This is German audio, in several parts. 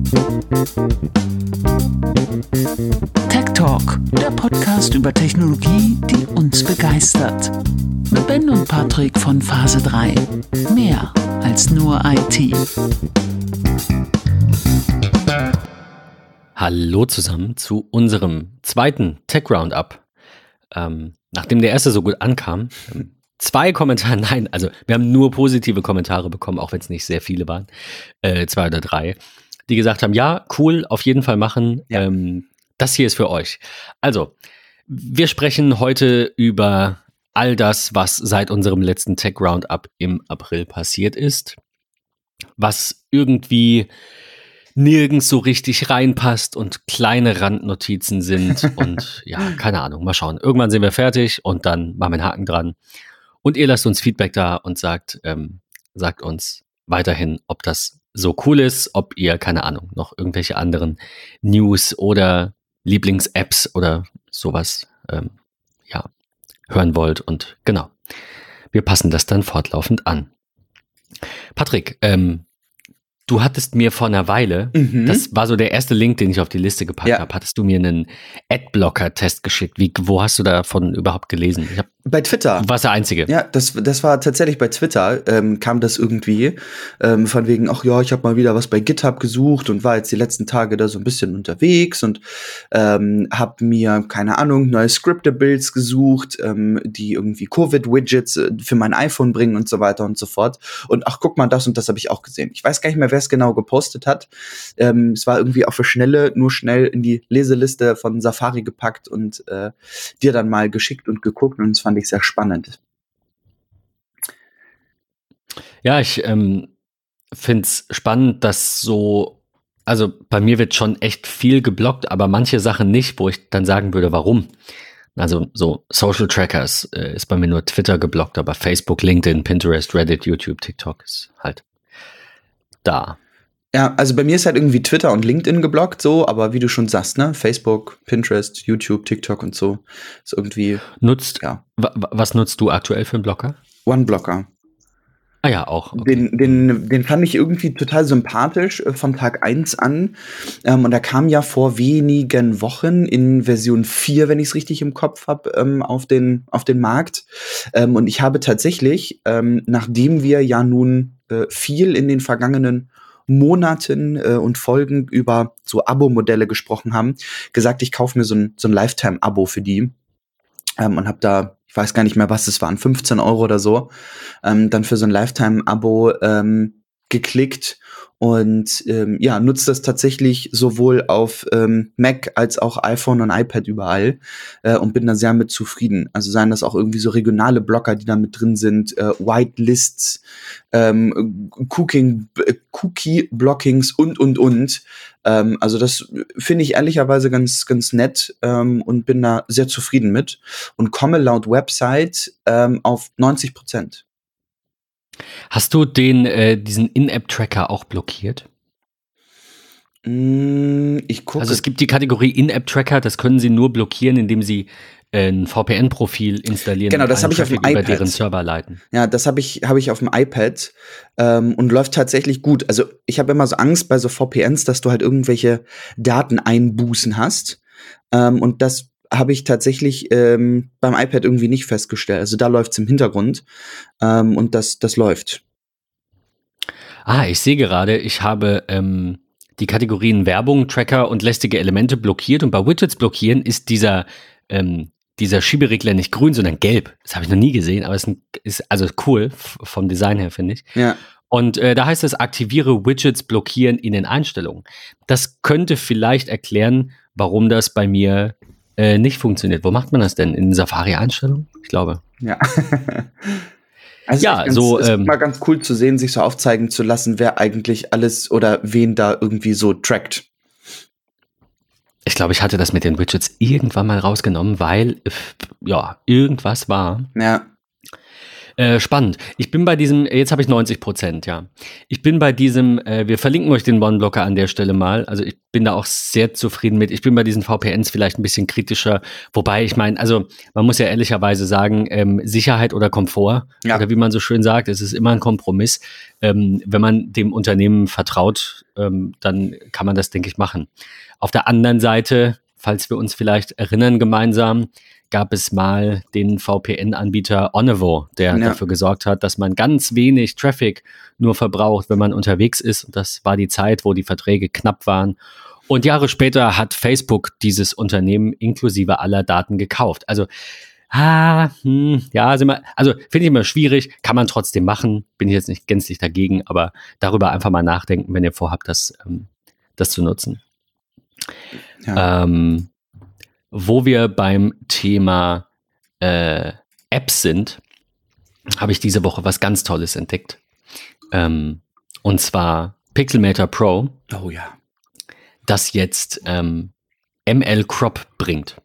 Tech Talk, der Podcast über Technologie, die uns begeistert. Mit Ben und Patrick von Phase 3. Mehr als nur IT. Hallo zusammen zu unserem zweiten Tech Roundup. Nachdem der erste so gut ankam, 2 Kommentare, nein, also wir haben nur positive Kommentare bekommen, auch wenn es nicht sehr viele waren, 2 oder 3, die gesagt haben, ja, cool, auf jeden Fall machen, Ja. Das hier ist für euch. Also, wir sprechen heute über all das, was seit unserem letzten Tech Roundup im April passiert ist, was irgendwie nirgends so richtig reinpasst und kleine Randnotizen sind und ja, keine Ahnung, mal schauen. Irgendwann sind wir fertig und dann machen wir einen Haken dran. Und ihr lasst uns Feedback da und sagt uns weiterhin, ob das so cool ist, ob ihr, keine Ahnung, noch irgendwelche anderen News oder Lieblings-Apps oder sowas hören wollt. Und genau, wir passen das dann fortlaufend an. Patrick, du hattest mir vor einer Weile, das war so der erste Link, den ich auf die Liste gepackt habe, hattest du mir einen Adblocker-Test geschickt. Wo hast du davon überhaupt gelesen? Bei Twitter. Du warst der Einzige. Ja, das war tatsächlich bei Twitter, kam das irgendwie, von wegen, ach ja, ich habe mal wieder was bei GitHub gesucht und war jetzt die letzten Tage da so ein bisschen unterwegs und habe mir, keine Ahnung, neue Scriptables gesucht, die irgendwie Covid-Widgets für mein iPhone bringen und so weiter und so fort. Und ach, guck mal, das und das habe ich auch gesehen. Ich weiß gar nicht mehr, wer es genau gepostet hat. Es war irgendwie auf der Schnelle, nur schnell in die Leseliste von Safari gepackt und dir dann mal geschickt und geguckt und es fand ich sehr spannend. Ja, ich finde es spannend, dass so, also bei mir wird schon echt viel geblockt, aber manche Sachen nicht, wo ich dann sagen würde, warum. Also so Social Trackers ist bei mir nur Twitter geblockt, aber Facebook, LinkedIn, Pinterest, Reddit, YouTube, TikTok ist halt da. Ja, also bei mir ist halt irgendwie Twitter und LinkedIn geblockt, so, aber wie du schon sagst, ne, Facebook, Pinterest, YouTube, TikTok und so, ist irgendwie. Was nutzt du aktuell für einen Blocker? OneBlocker. Ah ja, auch. Okay. Den fand ich irgendwie total sympathisch von Tag 1 an. Und er kam ja vor wenigen Wochen in Version 4, wenn ich es richtig im Kopf habe, auf den Markt. Und ich habe tatsächlich, nachdem wir ja nun viel in den vergangenen Monaten und Folgen über so Abo-Modelle gesprochen haben, gesagt, ich kaufe mir so ein Lifetime-Abo für die. Und habe da, ich weiß gar nicht mehr, was es waren, 15 € oder so, dann für so ein Lifetime-Abo geklickt und nutze das tatsächlich sowohl auf Mac als auch iPhone und iPad überall und bin da sehr mit zufrieden. Also seien das auch irgendwie so regionale Blocker, die da mit drin sind, Whitelists, Cookie-Blockings und. Also das finde ich ehrlicherweise ganz, ganz nett und bin da sehr zufrieden mit und komme laut Website auf 90%. Hast du diesen In-App-Tracker auch blockiert? Ich gucke. Also es gibt die Kategorie In-App-Tracker, das können sie nur blockieren, indem sie ein VPN-Profil installieren. Genau, das habe ich auf dem über iPad. Deren Server leiten. Ja, das habe ich auf dem iPad und läuft tatsächlich gut. Also ich habe immer so Angst bei so VPNs, dass du halt irgendwelche Dateneinbußen hast. Und das habe ich tatsächlich beim iPad irgendwie nicht festgestellt. Also da läuft's im Hintergrund und das läuft. Ich sehe gerade, ich habe die Kategorien Werbung, Tracker und lästige Elemente blockiert und bei Widgets blockieren ist dieser Schieberegler nicht grün, sondern gelb. Das habe ich noch nie gesehen, aber es ist also cool vom Design her, finde ich. Ja. Und da heißt es, aktiviere Widgets blockieren in den Einstellungen. Das könnte vielleicht erklären, warum das bei mir nicht funktioniert. Wo macht man das denn? In Safari-Einstellungen? Ich glaube. Ja. Also ja, ist mal ganz cool zu sehen, sich so aufzeigen zu lassen, wer eigentlich alles oder wen da irgendwie so trackt. Ich glaube, ich hatte das mit den Widgets irgendwann mal rausgenommen, weil irgendwas war. Ja. Spannend. Ich bin bei diesem, jetzt habe ich 90%, ja. Ich bin bei diesem, wir verlinken euch den One-Blocker an der Stelle mal. Also ich bin da auch sehr zufrieden mit. Ich bin bei diesen VPNs vielleicht ein bisschen kritischer. Wobei, ich meine, also man muss ja ehrlicherweise sagen, Sicherheit oder Komfort, oder wie man so schön sagt, es ist immer ein Kompromiss. Wenn man dem Unternehmen vertraut, dann kann man das, denke ich, machen. Auf der anderen Seite, falls wir uns vielleicht erinnern gemeinsam, gab es mal den VPN-Anbieter Onevo, der dafür gesorgt hat, dass man ganz wenig Traffic nur verbraucht, wenn man unterwegs ist. Und das war die Zeit, wo die Verträge knapp waren. Und Jahre später hat Facebook dieses Unternehmen inklusive aller Daten gekauft. Also, also finde ich immer schwierig, kann man trotzdem machen, bin ich jetzt nicht gänzlich dagegen, aber darüber einfach mal nachdenken, wenn ihr vorhabt, das zu nutzen. Ja. Wo wir beim Thema Apps sind, habe ich diese Woche was ganz Tolles entdeckt. Und zwar Pixelmator Pro. Oh ja. Das jetzt ML Crop bringt.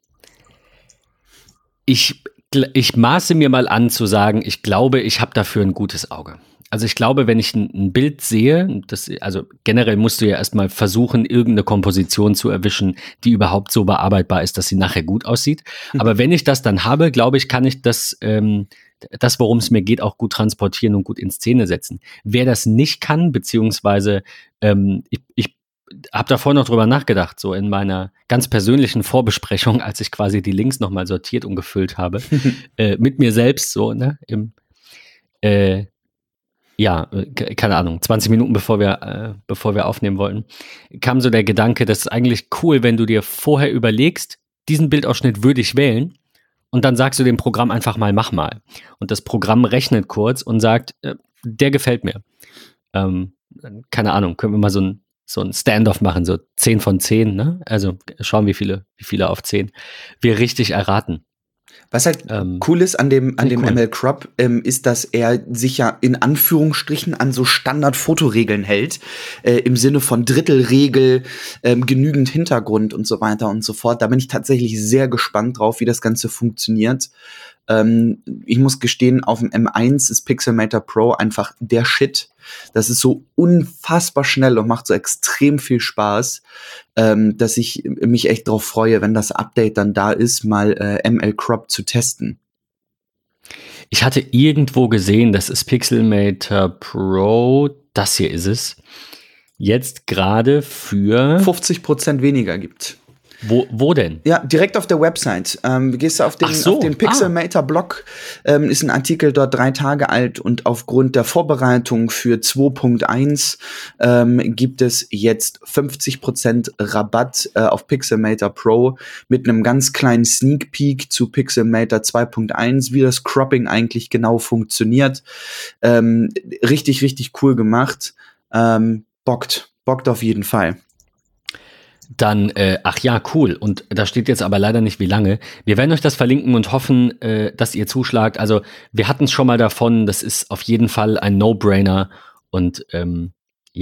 Ich maße mir mal an zu sagen, ich glaube, ich habe dafür ein gutes Auge. Also ich glaube, wenn ich ein Bild sehe, also generell musst du ja erstmal versuchen, irgendeine Komposition zu erwischen, die überhaupt so bearbeitbar ist, dass sie nachher gut aussieht. Aber wenn ich das dann habe, glaube ich, kann ich das, worum es mir geht, auch gut transportieren und gut in Szene setzen. Wer das nicht kann, beziehungsweise ich habe davor noch drüber nachgedacht, so in meiner ganz persönlichen Vorbesprechung, als ich quasi die Links nochmal sortiert und gefüllt habe, mit mir selbst so, ne, keine Ahnung, 20 Minuten bevor wir aufnehmen wollten, kam so der Gedanke, das ist eigentlich cool, wenn du dir vorher überlegst, diesen Bildausschnitt würde ich wählen und dann sagst du dem Programm einfach mal, mach mal. Und das Programm rechnet kurz und sagt, der gefällt mir. Keine Ahnung, können wir mal so ein Standoff machen, so 10 von 10, ne? Also schauen, wie viele auf 10 wir richtig erraten. Was halt cool ist an dem ML Crop, ist, dass er sich ja in Anführungsstrichen an so Standard-Fotoregeln hält, im Sinne von Drittelregel, genügend Hintergrund und so weiter und so fort. Da bin ich tatsächlich sehr gespannt drauf, wie das Ganze funktioniert. Ich muss gestehen, auf dem M1 ist Pixelmator Pro einfach der Shit. Das ist so unfassbar schnell und macht so extrem viel Spaß, dass ich mich echt drauf freue, wenn das Update dann da ist, mal ML Crop zu testen. Ich hatte irgendwo gesehen, das ist Pixelmator Pro, das hier ist es, jetzt gerade für 50% weniger gibt. Wo denn? Ja, direkt auf der Website. Gehst du auf den Pixelmator-Blog, ist ein Artikel dort 3 Tage alt und aufgrund der Vorbereitung für 2.1 gibt es jetzt 50% Rabatt auf Pixelmator Pro mit einem ganz kleinen Sneak Peek zu Pixelmator 2.1, wie das Cropping eigentlich genau funktioniert. Richtig, richtig cool gemacht. Bockt auf jeden Fall. Dann, cool. Und da steht jetzt aber leider nicht, wie lange. Wir werden euch das verlinken und hoffen, dass ihr zuschlagt. Also, wir hatten es schon mal davon. Das ist auf jeden Fall ein No-Brainer. Und wenn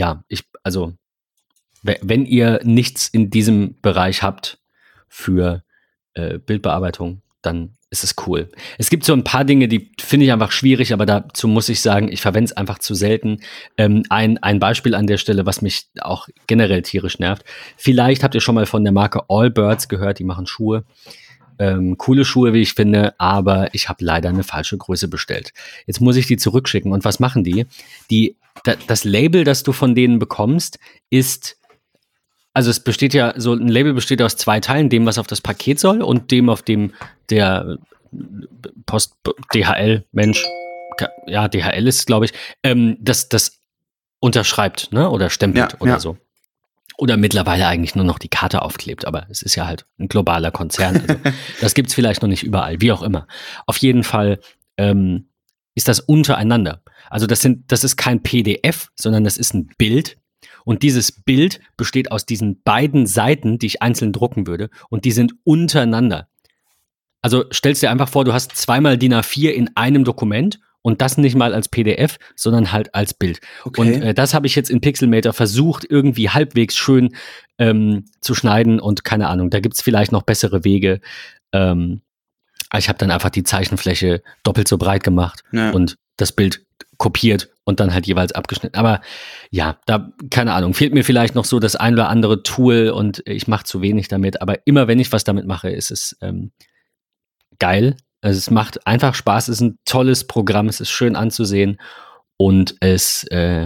ihr nichts in diesem Bereich habt für Bildbearbeitung, dann ist es cool. Es gibt so ein paar Dinge, die finde ich einfach schwierig, aber dazu muss ich sagen, ich verwende es einfach zu selten. Ein Beispiel an der Stelle, was mich auch generell tierisch nervt. Vielleicht habt ihr schon mal von der Marke Allbirds gehört, die machen Schuhe. Coole Schuhe, wie ich finde, aber ich habe leider eine falsche Größe bestellt. Jetzt muss ich die zurückschicken. Und was machen die? Das Label, das du von denen bekommst, ist also es besteht ja, so ein Label besteht aus 2 Teilen, dem, was auf das Paket soll und dem, auf dem der DHL-Mensch, ja, DHL ist, glaube ich, das unterschreibt, ne, oder stempelt oder so. Oder mittlerweile eigentlich nur noch die Karte aufklebt, aber es ist ja halt ein globaler Konzern. Also das gibt's vielleicht noch nicht überall, wie auch immer. Auf jeden Fall ist das untereinander. Also das ist kein PDF, sondern das ist ein Bild. Und dieses Bild besteht aus diesen beiden Seiten, die ich einzeln drucken würde. Und die sind untereinander. Also stellst dir einfach vor, du hast 2-mal DIN A4 in einem Dokument und das nicht mal als PDF, sondern halt als Bild. Okay. Und das habe ich jetzt in Pixelmator versucht, irgendwie halbwegs schön zu schneiden. Und keine Ahnung, da gibt es vielleicht noch bessere Wege. Ich habe dann einfach die Zeichenfläche doppelt so breit gemacht und das Bild kopiert und dann halt jeweils abgeschnitten. Aber ja, da, keine Ahnung, fehlt mir vielleicht noch so das ein oder andere Tool und ich mache zu wenig damit. Aber immer wenn ich was damit mache, ist es geil. Also es macht einfach Spaß, es ist ein tolles Programm, es ist schön anzusehen und es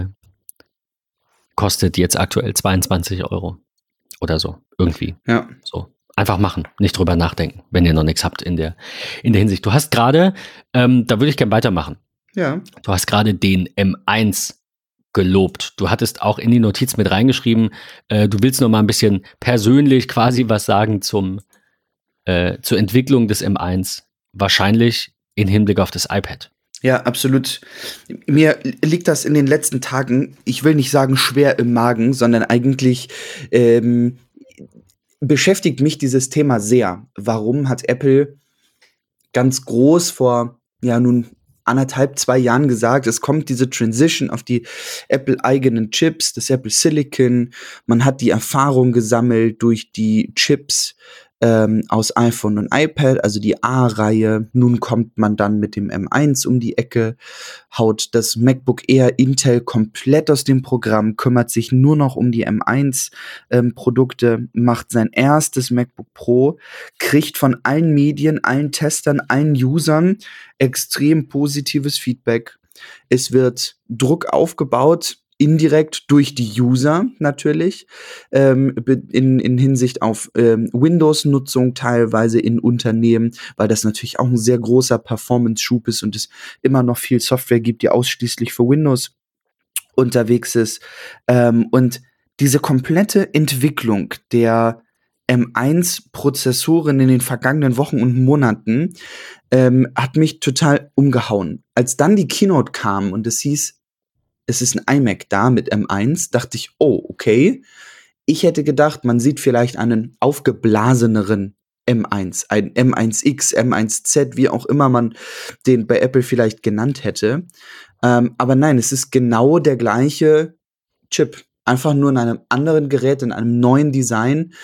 kostet jetzt aktuell 22 € oder so, irgendwie. Ja. So. Einfach machen, nicht drüber nachdenken, wenn ihr noch nichts habt in der Hinsicht. Du hast gerade, da würde ich gerne weitermachen. Ja. Du hast gerade den M1 gelobt. Du hattest auch in die Notiz mit reingeschrieben, du willst noch mal ein bisschen persönlich quasi was sagen zur Entwicklung des M1. Wahrscheinlich in Hinblick auf das iPad. Ja, absolut. Mir liegt das in den letzten Tagen, ich will nicht sagen schwer im Magen, sondern eigentlich beschäftigt mich dieses Thema sehr. Warum hat Apple ganz groß vor, nun 1,5, 2 Jahren gesagt, es kommt diese Transition auf die Apple-eigenen Chips, das Apple Silicon. Man hat die Erfahrung gesammelt durch die Chips aus iPhone und iPad, also die A-Reihe. Nun kommt man dann mit dem M1 um die Ecke, haut das MacBook Air Intel komplett aus dem Programm, kümmert sich nur noch um die M1-Produkte, macht sein erstes MacBook Pro, kriegt von allen Medien, allen Testern, allen Usern extrem positives Feedback. Es wird Druck aufgebaut, indirekt durch die User natürlich, in Hinsicht auf Windows-Nutzung teilweise in Unternehmen, weil das natürlich auch ein sehr großer Performance-Schub ist und es immer noch viel Software gibt, die ausschließlich für Windows unterwegs ist. Und diese komplette Entwicklung der M1-Prozessoren in den vergangenen Wochen und Monaten hat mich total umgehauen. Als dann die Keynote kam und es hieß, es ist ein iMac da mit M1, dachte ich, oh, okay. Ich hätte gedacht, man sieht vielleicht einen aufgeblaseneren M1, ein M1X, M1Z, wie auch immer man den bei Apple vielleicht genannt hätte. Aber nein, es ist genau der gleiche Chip. Einfach nur in einem anderen Gerät, in einem neuen Design.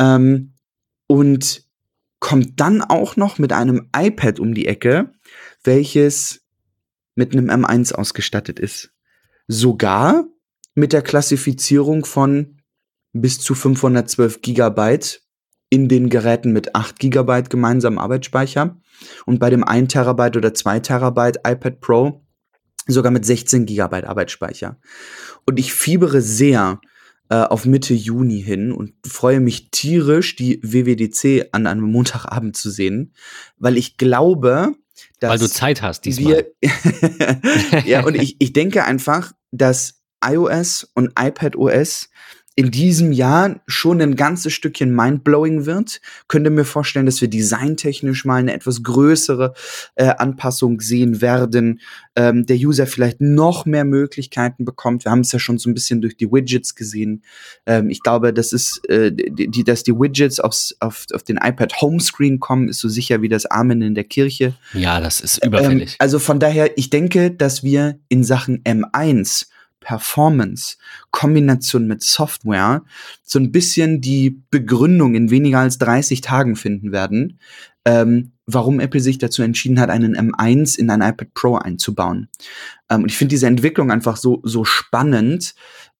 Und kommt dann auch noch mit einem iPad um die Ecke, welches mit einem M1 ausgestattet ist. Sogar mit der Klassifizierung von bis zu 512 Gigabyte in den Geräten mit 8 Gigabyte gemeinsamen Arbeitsspeicher und bei dem 1 Terabyte oder 2 Terabyte iPad Pro sogar mit 16 Gigabyte Arbeitsspeicher. Und ich fiebere sehr auf Mitte Juni hin und freue mich tierisch, die WWDC an einem Montagabend zu sehen, weil ich glaube, dass weil du Zeit hast diesmal. Ja, und ich denke einfach, dass iOS und iPadOS in diesem Jahr schon ein ganzes Stückchen mindblowing wird. Könnte mir vorstellen, dass wir designtechnisch mal eine etwas größere Anpassung sehen werden. Der User vielleicht noch mehr Möglichkeiten bekommt. Wir haben es ja schon so ein bisschen durch die Widgets gesehen. Ich glaube, das ist, dass die Widgets auf den iPad Homescreen kommen, ist so sicher wie das Amen in der Kirche. Ja, das ist überfällig. Also von daher, ich denke, dass wir in Sachen M1 Performance, Kombination mit Software, so ein bisschen die Begründung in weniger als 30 Tagen finden werden, warum Apple sich dazu entschieden hat, einen M1 in ein iPad Pro einzubauen. Und ich finde diese Entwicklung einfach so spannend,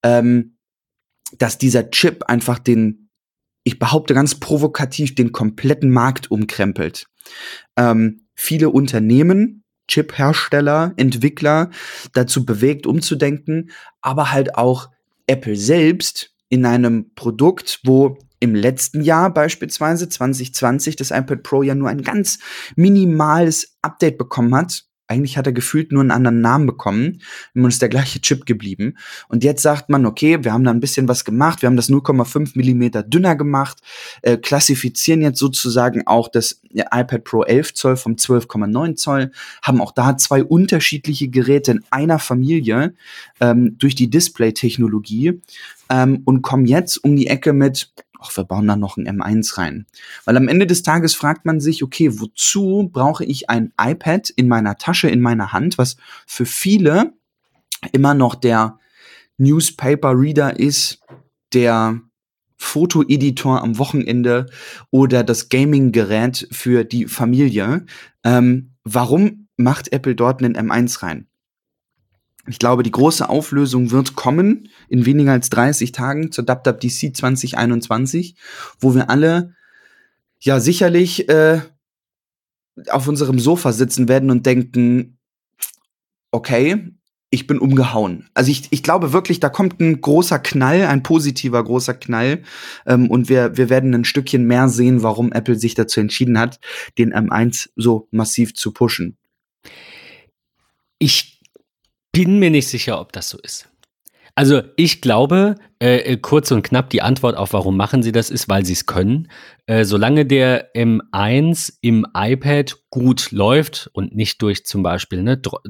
dass dieser Chip einfach ich behaupte ganz provokativ, den kompletten Markt umkrempelt. Viele Unternehmen, Chip-Hersteller, Entwickler dazu bewegt, umzudenken, aber halt auch Apple selbst in einem Produkt, wo im letzten Jahr beispielsweise 2020 das iPad Pro ja nur ein ganz minimales Update bekommen hat. Eigentlich hat er gefühlt nur einen anderen Namen bekommen. Immer ist der gleiche Chip geblieben. Und jetzt sagt man, okay, wir haben da ein bisschen was gemacht. Wir haben das 0,5 Millimeter dünner gemacht, klassifizieren jetzt sozusagen auch das iPad Pro 11 Zoll vom 12,9 Zoll, haben auch da 2 unterschiedliche Geräte in einer Familie durch die Display-Technologie und kommen jetzt um die Ecke mit, wir bauen da noch ein M1 rein. Weil am Ende des Tages fragt man sich, okay, wozu brauche ich ein iPad in meiner Tasche, in meiner Hand, was für viele immer noch der Newspaper-Reader ist, der Fotoeditor am Wochenende oder das Gaming-Gerät für die Familie. Warum macht Apple dort einen M1 rein? Ich glaube, die große Auflösung wird kommen in weniger als 30 Tagen zur WWDC 2021, wo wir alle ja sicherlich auf unserem Sofa sitzen werden und denken, okay, ich bin umgehauen. Also ich glaube wirklich, da kommt ein großer Knall, ein positiver großer Knall. Und wir werden ein Stückchen mehr sehen, warum Apple sich dazu entschieden hat, den M1 so massiv zu pushen. Ich bin mir nicht sicher, ob das so ist. Also ich glaube, kurz und knapp die Antwort auf, warum machen sie das, ist, weil sie es können. Solange der M1 im iPad gut läuft und nicht durch zum Beispiel,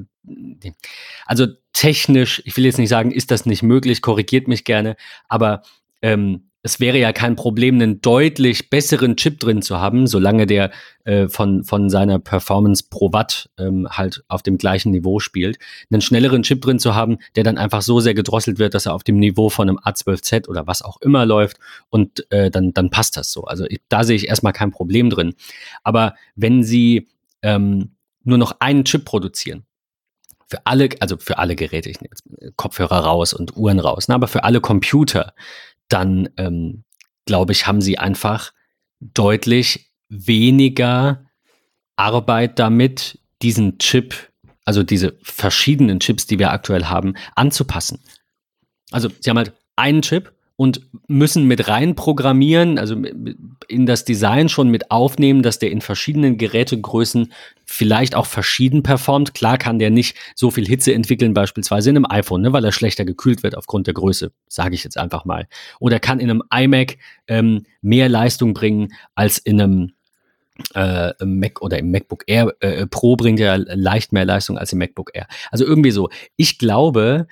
also technisch, ich will jetzt nicht sagen, ist das nicht möglich, korrigiert mich gerne, aber es wäre ja kein Problem, einen deutlich besseren Chip drin zu haben, solange der von seiner Performance pro Watt halt auf dem gleichen Niveau spielt. Einen schnelleren Chip drin zu haben, der dann einfach so sehr gedrosselt wird, dass er auf dem Niveau von einem A12Z oder was auch immer läuft und dann passt das so. Also da sehe ich erstmal kein Problem drin. Aber wenn sie nur noch einen Chip produzieren, für alle Geräte, ich nehme jetzt Kopfhörer raus und Uhren raus, aber für alle Computer, dann glaube ich, haben sie einfach deutlich weniger Arbeit damit, diesen Chip, also diese verschiedenen Chips, die wir aktuell haben, anzupassen. Also sie haben halt einen Chip und müssen mit rein programmieren, also in das Design schon mit aufnehmen, dass der in verschiedenen Gerätegrößen vielleicht auch verschieden performt. Klar kann der nicht so viel Hitze entwickeln, beispielsweise in einem iPhone, weil er schlechter gekühlt wird aufgrund der Größe, sage ich jetzt einfach mal. Oder kann in einem iMac mehr Leistung bringen als in einem Mac oder im MacBook Air Pro bringt ja leicht mehr Leistung als im MacBook Air. Also irgendwie so. Ich glaube,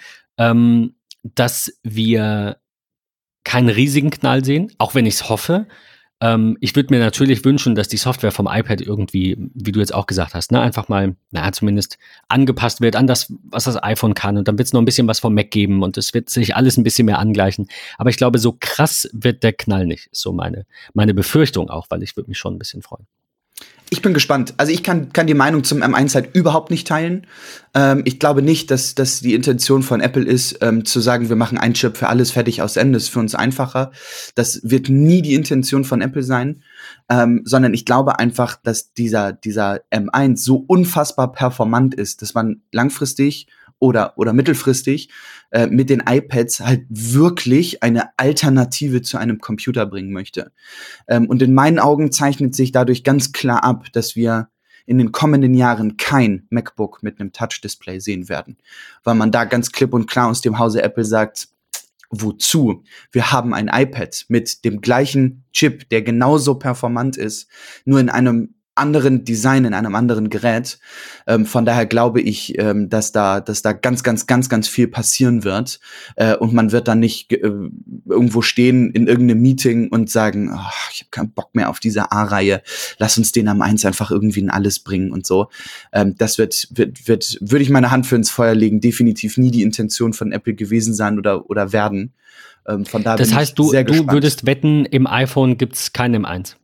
dass wir keinen riesigen Knall sehen, auch wenn ich es hoffe. Ich würde mir natürlich wünschen, dass die Software vom iPad irgendwie, wie du jetzt auch gesagt hast, einfach mal, zumindest angepasst wird an das, was das iPhone kann. Und dann wird es noch ein bisschen was vom Mac geben und es wird sich alles ein bisschen mehr angleichen. Aber ich glaube, so krass wird der Knall nicht. Ist so meine Befürchtung auch, weil ich würde mich schon ein bisschen freuen. Ich bin gespannt. Also ich kann die Meinung zum M1 halt überhaupt nicht teilen. Ich glaube nicht, dass die Intention von Apple ist, zu sagen, wir machen einen Chip für alles fertig aus Ende, ist für uns einfacher. Das wird nie die Intention von Apple sein, sondern ich glaube einfach, dass dieser M1 so unfassbar performant ist, dass man langfristig oder mittelfristig mit den iPads halt wirklich eine Alternative zu einem Computer bringen möchte. Und in meinen Augen zeichnet sich dadurch ganz klar ab, dass wir in den kommenden Jahren kein MacBook mit einem Touch-Display sehen werden, weil man da ganz klipp und klar aus dem Hause Apple sagt, wozu? Wir haben ein iPad mit dem gleichen Chip, der genauso performant ist, nur in einem anderen Design, in einem anderen Gerät. Von daher glaube ich, dass da ganz, ganz, ganz, ganz viel passieren wird. Und man wird dann nicht irgendwo stehen in irgendeinem Meeting und sagen, ich habe keinen Bock mehr auf diese A-Reihe. Lass uns den M1 einfach irgendwie in alles bringen und so. Das würde ich meine Hand für ins Feuer legen, definitiv nie die Intention von Apple gewesen sein oder werden. Von daher das heißt, bin ich sehr gespannt. Du würdest wetten, im iPhone gibt's keinen M1?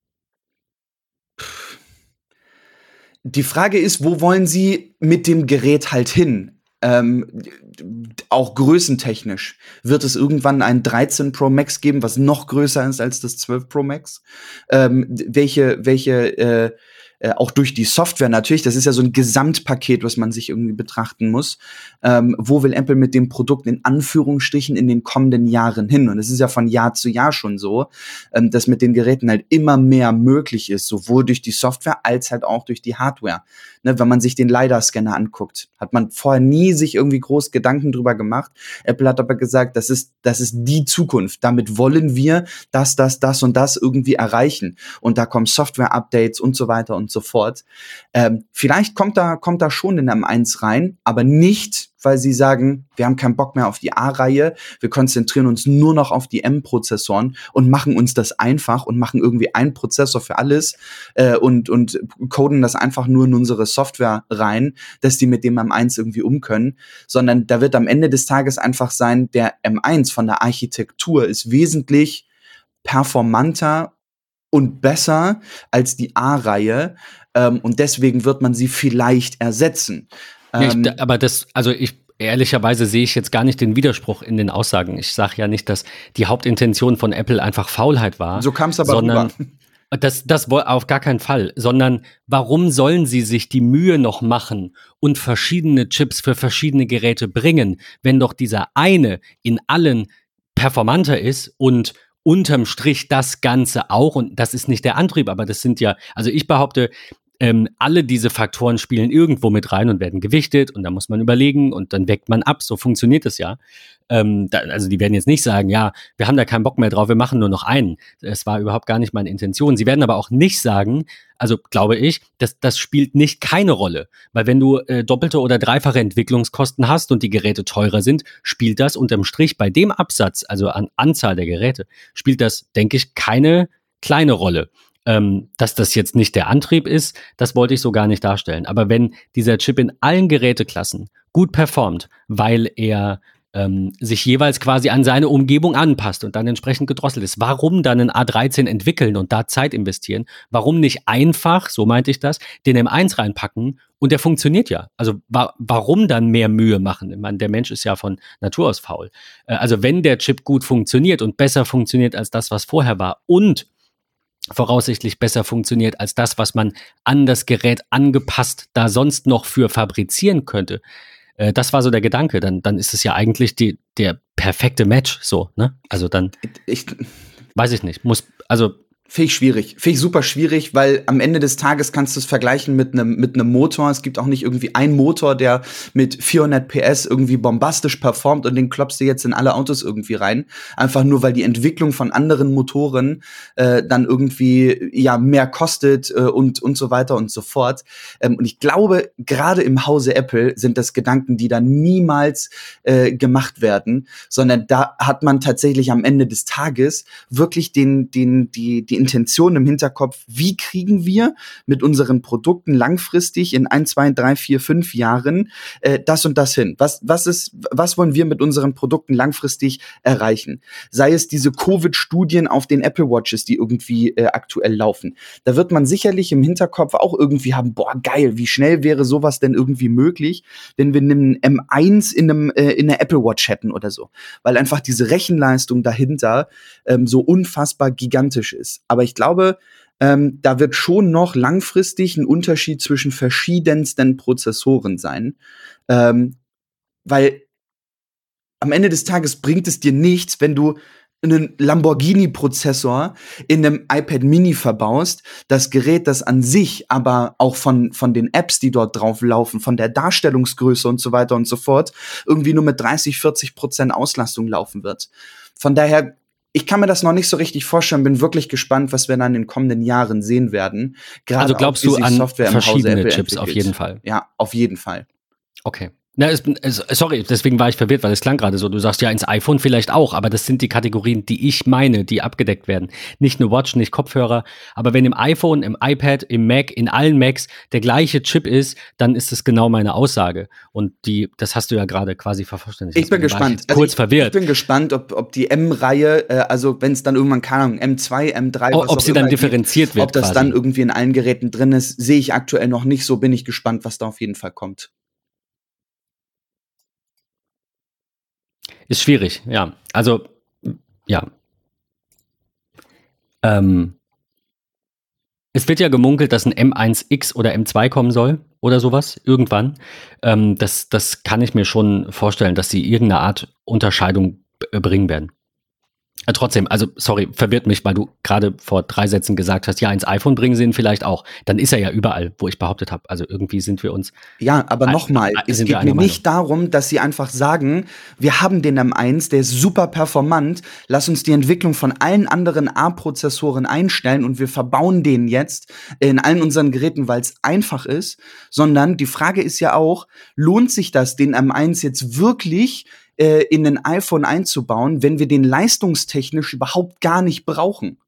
Die Frage ist, wo wollen Sie mit dem Gerät halt hin? Auch größentechnisch. Wird es irgendwann ein 13 Pro Max geben, was noch größer ist als das 12 Pro Max? Welche auch durch die Software natürlich, das ist ja so ein Gesamtpaket, was man sich irgendwie betrachten muss. Wo will Apple mit dem Produkt in Anführungsstrichen in den kommenden Jahren hin? Und es ist ja von Jahr zu Jahr schon so, dass mit den Geräten halt immer mehr möglich ist, sowohl durch die Software als halt auch durch die Hardware. Ne, wenn man sich den LiDAR-Scanner anguckt, hat man vorher nie sich irgendwie groß Gedanken drüber gemacht. Apple hat aber gesagt, das ist die Zukunft. Damit wollen wir das und das irgendwie erreichen. Und da kommen Software-Updates und so weiter und so fort. Vielleicht kommt da schon in M1 rein, aber nicht, weil sie sagen, wir haben keinen Bock mehr auf die A-Reihe, wir konzentrieren uns nur noch auf die M-Prozessoren und machen uns das einfach und machen irgendwie einen Prozessor für alles und coden das einfach nur in unsere Software rein, dass die mit dem M1 irgendwie können, sondern da wird am Ende des Tages einfach sein, der M1 von der Architektur ist wesentlich performanter und besser als die A-Reihe. Und deswegen wird man sie vielleicht ersetzen. Ehrlicherweise sehe ich jetzt gar nicht den Widerspruch in den Aussagen. Ich sage ja nicht, dass die Hauptintention von Apple einfach Faulheit war. So kam es aber sondern rüber. Das auf gar keinen Fall, sondern warum sollen sie sich die Mühe noch machen und verschiedene Chips für verschiedene Geräte bringen, wenn doch dieser eine in allen performanter ist und unterm Strich das Ganze auch, und das ist nicht der Antrieb, aber das sind ja, also ich behaupte, alle diese Faktoren spielen irgendwo mit rein und werden gewichtet und da muss man überlegen und dann wägt man ab, so funktioniert es ja. Also die werden jetzt nicht sagen, ja, wir haben da keinen Bock mehr drauf, wir machen nur noch einen. Das war überhaupt gar nicht meine Intention. Sie werden aber auch nicht sagen, also glaube ich, das spielt nicht keine Rolle, weil wenn du doppelte oder dreifache Entwicklungskosten hast und die Geräte teurer sind, spielt das unterm Strich bei dem Absatz, also an Anzahl der Geräte, spielt das, denke ich, keine kleine Rolle. Dass das jetzt nicht der Antrieb ist, das wollte ich so gar nicht darstellen. Aber wenn dieser Chip in allen Geräteklassen gut performt, weil er sich jeweils quasi an seine Umgebung anpasst und dann entsprechend gedrosselt ist, warum dann ein A13 entwickeln und da Zeit investieren? Warum nicht einfach, so meinte ich das, den M1 reinpacken und der funktioniert ja? Also warum dann mehr Mühe machen? Ich meine, der Mensch ist ja von Natur aus faul. Also wenn der Chip gut funktioniert und besser funktioniert als das, was vorher war und voraussichtlich besser funktioniert als das, was man an das Gerät angepasst da sonst noch für fabrizieren könnte. Das war so der Gedanke. Dann ist es ja eigentlich der perfekte Match, so, ne? Also dann, weiß ich nicht, Finde ich schwierig. Finde ich super schwierig, weil am Ende des Tages kannst du es vergleichen mit einem Motor. Es gibt auch nicht irgendwie einen Motor, der mit 400 PS irgendwie bombastisch performt und den klopfst du jetzt in alle Autos irgendwie rein. Einfach nur, weil die Entwicklung von anderen Motoren dann irgendwie ja mehr kostet und so weiter und so fort. Und ich glaube, gerade im Hause Apple sind das Gedanken, die da niemals gemacht werden, sondern da hat man tatsächlich am Ende des Tages wirklich die Intention im Hinterkopf, wie kriegen wir mit unseren Produkten langfristig in 1, 2, 3, 4, 5 Jahren das und das hin? Was wollen wir mit unseren Produkten langfristig erreichen? Sei es diese Covid-Studien auf den Apple Watches, die irgendwie aktuell laufen. Da wird man sicherlich im Hinterkopf auch irgendwie haben, boah, geil, wie schnell wäre sowas denn irgendwie möglich, wenn wir einen M1 in einer Apple Watch hätten oder so. Weil einfach diese Rechenleistung dahinter so unfassbar gigantisch ist. Aber ich glaube, da wird schon noch langfristig ein Unterschied zwischen verschiedensten Prozessoren sein. Weil am Ende des Tages bringt es dir nichts, wenn du einen Lamborghini-Prozessor in einem iPad Mini verbaust, das Gerät, das an sich aber auch von den Apps, die dort drauf laufen, von der Darstellungsgröße und so weiter und so fort, irgendwie nur mit 30-40% Auslastung laufen wird. Von daher, ich kann mir das noch nicht so richtig vorstellen, bin wirklich gespannt, was wir dann in den kommenden Jahren sehen werden. Gerade also glaubst auch, wie du sich an Software im Hause verschiedene Apple Chips entwickelt. auf jeden Fall? Ja, auf jeden Fall. Okay. Na, sorry, deswegen war ich verwirrt, weil es klang gerade so. Du sagst ja ins iPhone vielleicht auch, aber das sind die Kategorien, die ich meine, die abgedeckt werden. Nicht eine Watch, nicht Kopfhörer, aber wenn im iPhone, im iPad, im Mac, in allen Macs der gleiche Chip ist, dann ist es genau meine Aussage. Und das hast du ja gerade quasi vervollständigt. Ich bin gespannt. Kurz verwirrt. Ich bin gespannt, ob die M-Reihe, also wenn es dann irgendwann, keine Ahnung, M2, M3, was ob auch sie immer dann differenziert wird. ob das quasi dann irgendwie in allen Geräten drin ist, sehe ich aktuell noch nicht. So bin ich gespannt, was da auf jeden Fall kommt. ist schwierig, ja. Also, ja. Es wird ja gemunkelt, dass ein M1X oder M2 kommen soll oder sowas, irgendwann. Das kann ich mir schon vorstellen, dass sie irgendeine Art Unterscheidung bringen werden. Trotzdem, also sorry, verwirrt mich, weil du gerade vor 3 Sätzen gesagt hast, ja, ins iPhone bringen sie ihn vielleicht auch. Dann ist er ja überall, wo ich behauptet habe. Also irgendwie sind wir uns. Ja, aber nochmal, es geht mir nicht darum, dass sie einfach sagen, wir haben den M1, der ist super performant, lass uns die Entwicklung von allen anderen A-Prozessoren einstellen und wir verbauen den jetzt in allen unseren Geräten, weil es einfach ist. Sondern die Frage ist ja auch, lohnt sich das, den M1 jetzt wirklich in ein iPhone einzubauen, wenn wir den leistungstechnisch überhaupt gar nicht brauchen?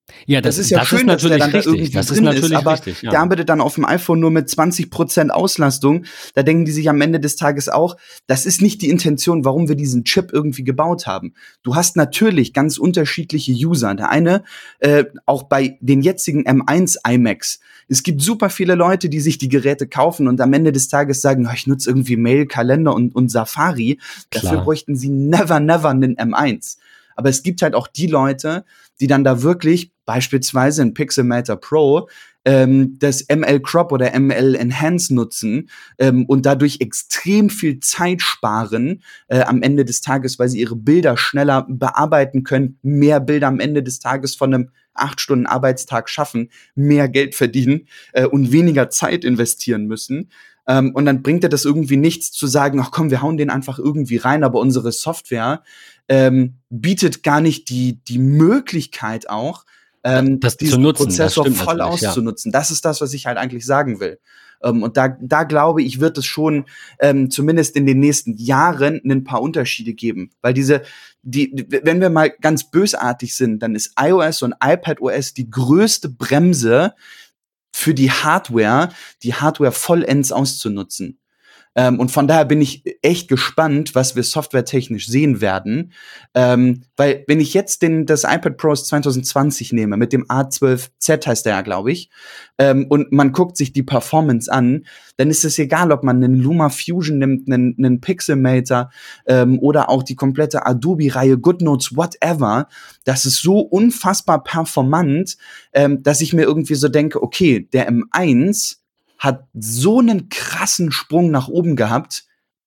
Ja, das ist ja schön, dass der dann da irgendwie drin ist, aber richtig, ja. der arbeitet dann auf dem iPhone nur mit 20% Auslastung. Da denken die sich am Ende des Tages auch, das ist nicht die Intention, warum wir diesen Chip irgendwie gebaut haben. Du hast natürlich ganz unterschiedliche User. Der eine, auch bei den jetzigen M1 iMacs, es gibt super viele Leute, die sich die Geräte kaufen und am Ende des Tages sagen, ich nutze irgendwie Mail, Kalender und Safari. Klar. Dafür bräuchten sie never einen M1. Aber es gibt halt auch die Leute, die dann da wirklich beispielsweise in Pixelmator Pro das ML Crop oder ML Enhance nutzen und dadurch extrem viel Zeit sparen am Ende des Tages, weil sie ihre Bilder schneller bearbeiten können, mehr Bilder am Ende des Tages von einem 8-Stunden-Arbeitstag schaffen, mehr Geld verdienen und weniger Zeit investieren müssen. Und dann bringt das irgendwie nichts zu sagen, ach komm, wir hauen den einfach irgendwie rein, aber unsere Software bietet gar nicht die Möglichkeit auch, das diesen zu nutzen, Prozessor das voll auszunutzen. Ja. Das ist das, was ich halt eigentlich sagen will. Und da glaube ich, wird es schon zumindest in den nächsten Jahren ein paar Unterschiede geben. Weil wenn wir mal ganz bösartig sind, dann ist iOS und iPadOS die größte Bremse für die Hardware vollends auszunutzen. Und von daher bin ich echt gespannt, was wir softwaretechnisch sehen werden. Weil wenn ich jetzt das iPad Pro 2020 nehme, mit dem A12Z heißt der ja, glaube ich, und man guckt sich die Performance an, dann ist es egal, ob man einen LumaFusion nimmt, einen Pixelmator oder auch die komplette Adobe-Reihe, GoodNotes, whatever. Das ist so unfassbar performant, dass ich mir irgendwie so denke, okay, der M1 hat so einen krassen Sprung nach oben gehabt.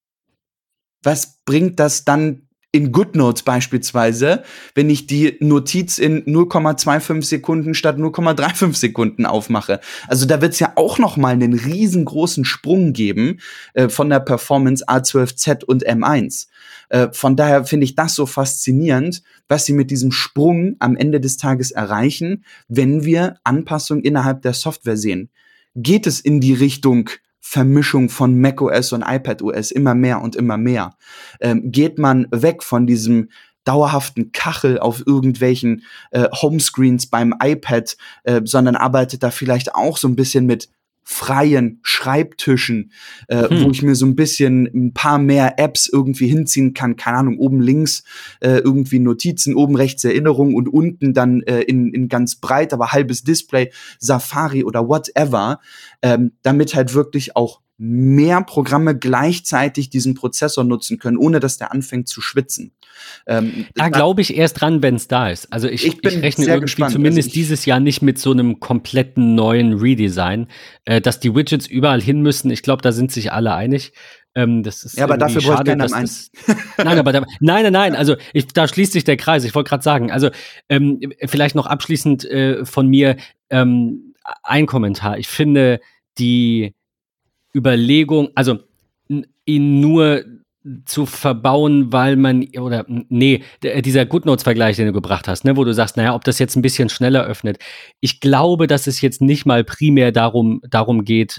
Was bringt das dann in GoodNotes beispielsweise, wenn ich die Notiz in 0,25 Sekunden statt 0,35 Sekunden aufmache? Also da wird es ja auch noch mal einen riesengroßen Sprung geben von der Performance A12Z und M1. Von daher finde ich das so faszinierend, was sie mit diesem Sprung am Ende des Tages erreichen, wenn wir Anpassungen innerhalb der Software sehen. Geht es in die Richtung Vermischung von macOS und iPadOS immer mehr und immer mehr? Geht man weg von diesem dauerhaften Kachel auf irgendwelchen Homescreens beim iPad, sondern arbeitet da vielleicht auch so ein bisschen mit freien Schreibtischen, wo ich mir so ein bisschen ein paar mehr Apps irgendwie hinziehen kann, keine Ahnung, oben links irgendwie Notizen, oben rechts Erinnerungen und unten dann in ganz breit, aber halbes Display, Safari oder whatever, damit halt wirklich auch mehr Programme gleichzeitig diesen Prozessor nutzen können, ohne dass der anfängt zu schwitzen. Da glaube ich erst dran, wenn es da ist. Also ich rechne irgendwie gespannt. Zumindest dieses Jahr nicht mit so einem kompletten neuen Redesign, dass die Widgets überall hin müssen. Ich glaube, da sind sich alle einig. Das ist ja, aber dafür brauche ich keinen M1. Nein. Also da schließt sich der Kreis. Ich wollte gerade sagen, also vielleicht noch abschließend von mir ein Kommentar. Ich finde die Überlegung, also ihn nur zu verbauen, weil man, dieser GoodNotes-Vergleich, den du gebracht hast, ne, wo du sagst, naja, ob das jetzt ein bisschen schneller öffnet. Ich glaube, dass es jetzt nicht mal primär darum geht,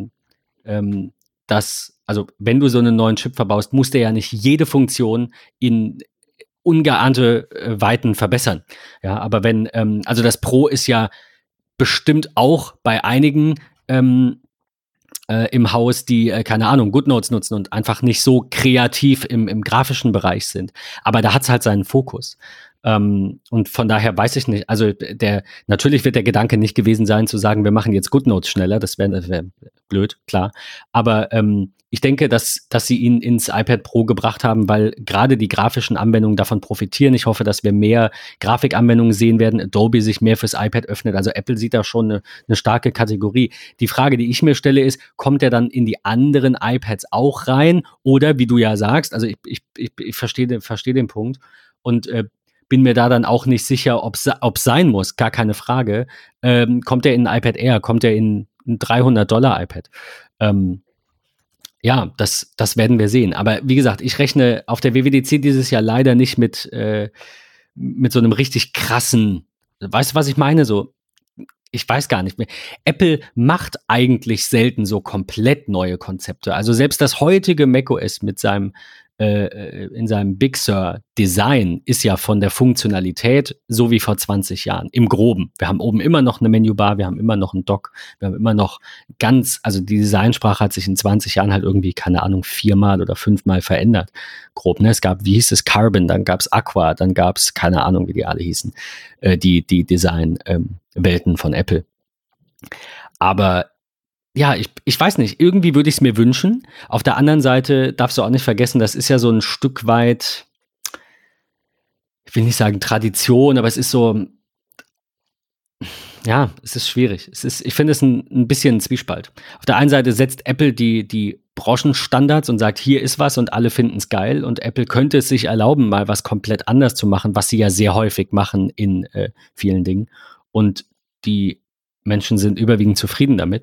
dass, also wenn du so einen neuen Chip verbaust, muss der ja nicht jede Funktion in ungeahnte Weiten verbessern. Ja, aber wenn, also das Pro ist ja bestimmt auch bei einigen im Haus, die, keine Ahnung, GoodNotes nutzen und einfach nicht so kreativ im grafischen Bereich sind. Aber da hat es halt seinen Fokus. Und von daher weiß ich nicht, also natürlich wird der Gedanke nicht gewesen sein, zu sagen, wir machen jetzt GoodNotes schneller, das wär blöd, klar. Aber ich denke, dass sie ihn ins iPad Pro gebracht haben, weil gerade die grafischen Anwendungen davon profitieren. Ich hoffe, dass wir mehr Grafikanwendungen sehen werden, Adobe sich mehr fürs iPad öffnet. Also Apple sieht da schon eine starke Kategorie. Die Frage, die ich mir stelle, ist, kommt er dann in die anderen iPads auch rein? Oder, wie du ja sagst, also ich verstehe den Punkt und bin mir da dann auch nicht sicher, ob es sein muss, gar keine Frage. Kommt er in ein iPad Air? Kommt er in ein $300 iPad? Ja, das werden wir sehen. Aber wie gesagt, ich rechne auf der WWDC dieses Jahr leider nicht mit so einem richtig krassen, weißt du, was ich meine? So, ich weiß gar nicht mehr. Apple macht eigentlich selten so komplett neue Konzepte. Also selbst das heutige macOS mit seinem in seinem Big Sur Design ist ja von der Funktionalität so wie vor 20 Jahren, im Groben. Wir haben oben immer noch eine Menübar, wir haben immer noch einen Dock, wir haben immer noch also die Designsprache hat sich in 20 Jahren halt irgendwie, keine Ahnung, 4-mal oder 5-mal verändert. Grob, ne? Es gab, wie hieß es, Carbon, dann gab es Aqua, dann gab es, keine Ahnung, wie die alle hießen, die Design-Welten von Apple. Aber ja, ich weiß nicht, irgendwie würde ich es mir wünschen. Auf der anderen Seite darfst du auch nicht vergessen, das ist ja so ein Stück weit, ich will nicht sagen Tradition, aber es ist so, ja, es ist schwierig. Ich finde es ein bisschen ein Zwiespalt. Auf der einen Seite setzt Apple die Branchenstandards und sagt, hier ist was und alle finden es geil, und Apple könnte es sich erlauben, mal was komplett anders zu machen, was sie ja sehr häufig machen in vielen Dingen. Und die Menschen sind überwiegend zufrieden damit.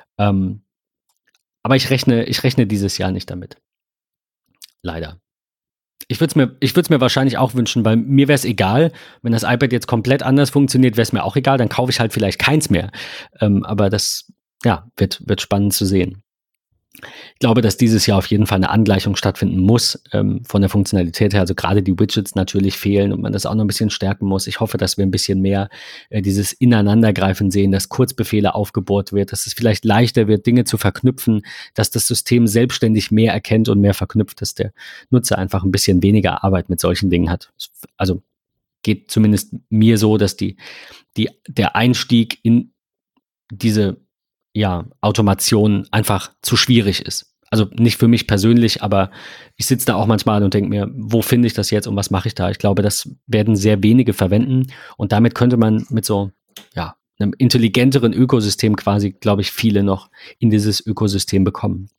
Aber ich rechne dieses Jahr nicht damit. Leider. Ich würde es mir wahrscheinlich auch wünschen, weil mir wäre es egal, wenn das iPad jetzt komplett anders funktioniert, wäre es mir auch egal, dann kaufe ich halt vielleicht keins mehr. Aber das, ja, wird spannend zu sehen. Ich glaube, dass dieses Jahr auf jeden Fall eine Angleichung stattfinden muss, von der Funktionalität her. Also gerade die Widgets natürlich fehlen und man das auch noch ein bisschen stärken muss. Ich hoffe, dass wir ein bisschen mehr dieses Ineinandergreifen sehen, dass Kurzbefehle aufgebohrt wird, dass es vielleicht leichter wird, Dinge zu verknüpfen, dass das System selbstständig mehr erkennt und mehr verknüpft, dass der Nutzer einfach ein bisschen weniger Arbeit mit solchen Dingen hat. Also geht zumindest mir so, dass der Einstieg in diese Automation einfach zu schwierig ist. Also nicht für mich persönlich, aber ich sitze da auch manchmal und denke mir, wo finde ich das jetzt und was mache ich da? Ich glaube, das werden sehr wenige verwenden, und damit könnte man mit so einem intelligenteren Ökosystem quasi, glaube ich, viele noch in dieses Ökosystem bekommen.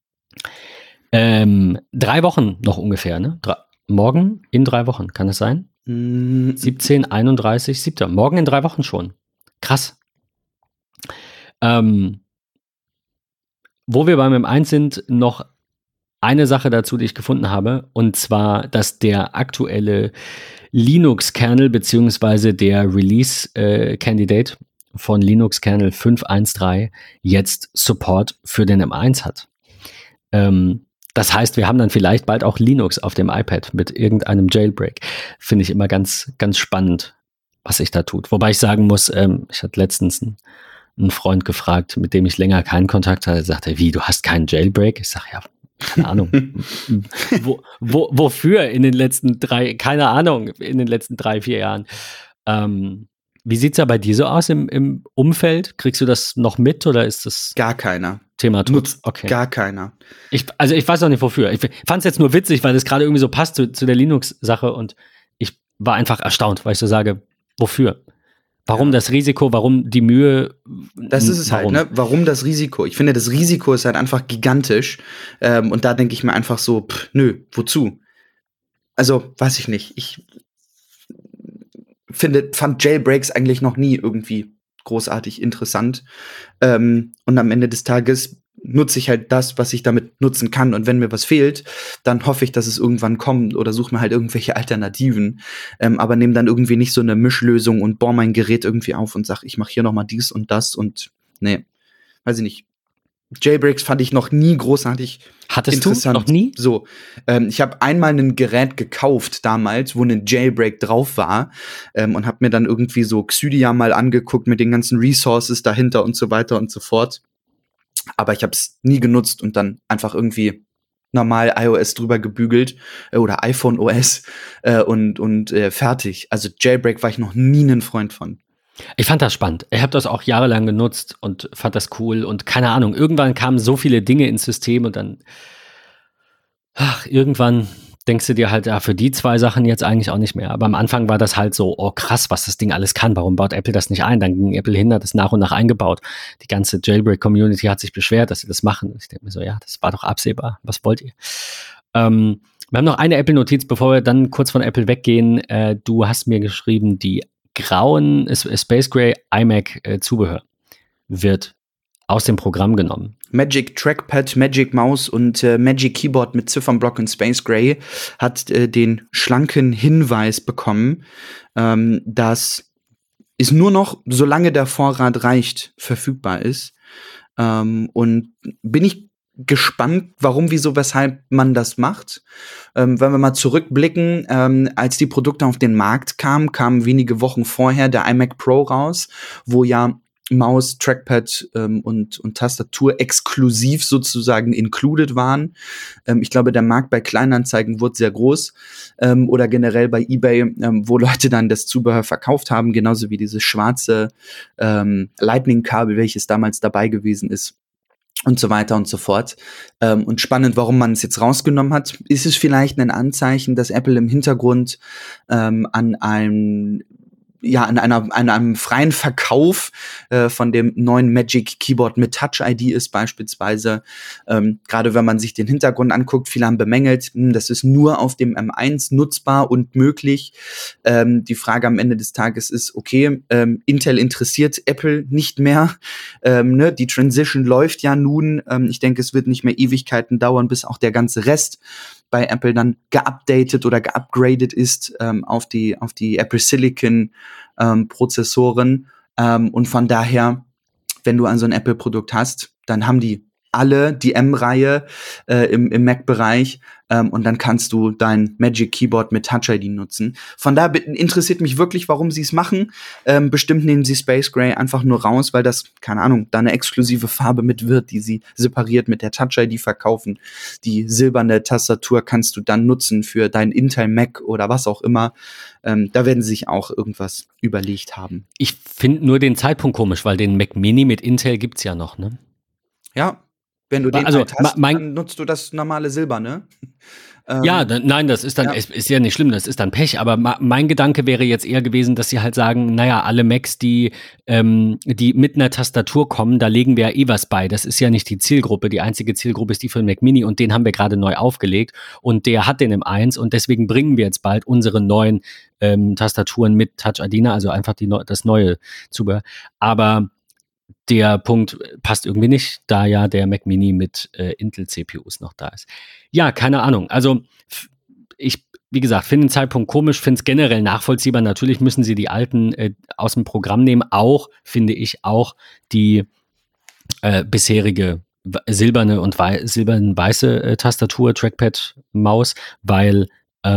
3 Wochen noch ungefähr, ne? Morgen in 3 Wochen, kann das sein? 17, 31, 7. Morgen in 3 Wochen schon. Krass. Wo wir beim M1 sind, noch eine Sache dazu, die ich gefunden habe, und zwar, dass der aktuelle Linux-Kernel beziehungsweise der Release-Candidate von Linux-Kernel 5.1.3 jetzt Support für den M1 hat. Das heißt, wir haben dann vielleicht bald auch Linux auf dem iPad mit irgendeinem Jailbreak. Finde ich immer ganz, ganz spannend, was sich da tut. Wobei ich sagen muss, ich hatte letztens einen Freund gefragt, mit dem ich länger keinen Kontakt hatte. Er sagte, wie, du hast keinen Jailbreak? Ich sage, ja, keine Ahnung. Wofür in den letzten 3, keine Ahnung, in den letzten 3, 4 Jahren. Wie sieht es da bei dir so aus im Umfeld? Kriegst du das noch mit oder ist das Gar keiner. Thema tot? Nutzt Okay. gar keiner. Ich weiß auch nicht wofür. Ich fand es jetzt nur witzig, weil das gerade irgendwie so passt zu der Linux-Sache, und ich war einfach erstaunt, weil ich so sage, wofür? Warum das Risiko, warum die Mühe? Das ist es halt, ne? Warum das Risiko? Ich finde, das Risiko ist halt einfach gigantisch. Und da denke ich mir einfach so, nö, wozu? Also, weiß ich nicht. Ich fand Jailbreaks eigentlich noch nie irgendwie großartig interessant. Und am Ende des Tages nutze ich halt das, was ich damit nutzen kann. Und wenn mir was fehlt, dann hoffe ich, dass es irgendwann kommt oder suche mir halt irgendwelche Alternativen. Aber nehme dann irgendwie nicht so eine Mischlösung und bohre mein Gerät irgendwie auf und sage, ich mache hier noch mal dies und das und nee, weiß ich nicht. Jailbreaks fand ich noch nie großartig interessant. Du noch nie? So, ich habe einmal ein Gerät gekauft damals, wo ein Jailbreak drauf war, und habe mir dann irgendwie so Cydia mal angeguckt mit den ganzen Resources dahinter und so weiter und so fort. Aber ich habe es nie genutzt und dann einfach irgendwie normal iOS drüber gebügelt oder iPhone OS und fertig. Also Jailbreak war ich noch nie ein Freund von. Ich fand das spannend. Ich habe das auch jahrelang genutzt und fand das cool. Und keine Ahnung, irgendwann kamen so viele Dinge ins System und dann irgendwann denkst du dir halt, ja, für die 2 Sachen jetzt eigentlich auch nicht mehr. Aber am Anfang war das halt so, oh krass, was das Ding alles kann. Warum baut Apple das nicht ein? Dann ging Apple hin, hat es nach und nach eingebaut. Die ganze Jailbreak-Community hat sich beschwert, dass sie das machen. Ich denke mir so, ja, das war doch absehbar. Was wollt ihr? Wir haben noch eine Apple-Notiz, bevor wir dann kurz von Apple weggehen. Du hast mir geschrieben, die grauen Space Gray iMac Zubehör wird aus dem Programm genommen. Magic Trackpad, Magic Maus und Magic Keyboard mit Ziffernblock und Space Gray hat den schlanken Hinweis bekommen, dass es nur noch, solange der Vorrat reicht, verfügbar ist. Und bin ich gespannt, warum, wieso, weshalb man das macht. Wenn wir mal zurückblicken, als die Produkte auf den Markt kamen wenige Wochen vorher der iMac Pro raus, wo ja Maus, Trackpad und Tastatur exklusiv sozusagen included waren. Ich glaube, der Markt bei Kleinanzeigen wurde sehr groß oder generell bei eBay, wo Leute dann das Zubehör verkauft haben, genauso wie dieses schwarze Lightning-Kabel, welches damals dabei gewesen ist. Und so weiter und so fort. Und spannend, warum man es jetzt rausgenommen hat. Ist es vielleicht ein Anzeichen, dass Apple im Hintergrund an einem freien Verkauf von dem neuen Magic Keyboard mit Touch ID ist beispielsweise. Gerade wenn man sich den Hintergrund anguckt, viele haben bemängelt, das ist nur auf dem M1 nutzbar und möglich. Die Frage am Ende des Tages ist, okay, Intel interessiert Apple nicht mehr. Die Transition läuft ja nun. Ich denke, es wird nicht mehr Ewigkeiten dauern, bis auch der ganze Rest bei Apple dann geupdatet oder geupgradet ist auf die Apple Silicon Prozessoren. Und von daher, wenn du so ein Apple-Produkt hast, dann haben die alle die M-Reihe im Mac-Bereich und dann kannst du dein Magic Keyboard mit Touch ID nutzen. Von daher interessiert mich wirklich, warum sie es machen. Bestimmt nehmen sie Space Gray einfach nur raus, weil das, keine Ahnung, da eine exklusive Farbe mit wird, die sie separiert mit der Touch ID verkaufen. Die silberne Tastatur kannst du dann nutzen für dein Intel Mac oder was auch immer. Da werden sie sich auch irgendwas überlegt haben. Ich finde nur den Zeitpunkt komisch, weil den Mac Mini mit Intel gibt's ja noch, ne? Ja. Wenn du den also, hast, dann nutzt du das normale Silber, ne? Ja, nein, das ist dann, ist ja nicht schlimm, das ist dann Pech, aber mein Gedanke wäre jetzt eher gewesen, dass sie halt sagen, naja, alle Macs, die mit einer Tastatur kommen, da legen wir ja eh was bei. Das ist ja nicht die Zielgruppe, die einzige Zielgruppe ist die für den Mac Mini und den haben wir gerade neu aufgelegt und der hat den M1 und deswegen bringen wir jetzt bald unsere neuen Tastaturen mit Touch ID, also einfach das neue Zubehör. Aber der Punkt passt irgendwie nicht, da ja der Mac Mini mit Intel-CPUs noch da ist. Ja, keine Ahnung. Also ich, wie gesagt, finde den Zeitpunkt komisch, finde es generell nachvollziehbar. Natürlich müssen sie die alten aus dem Programm nehmen. Finde ich, die bisherige silberne und weiße Tastatur, Trackpad, Maus, weil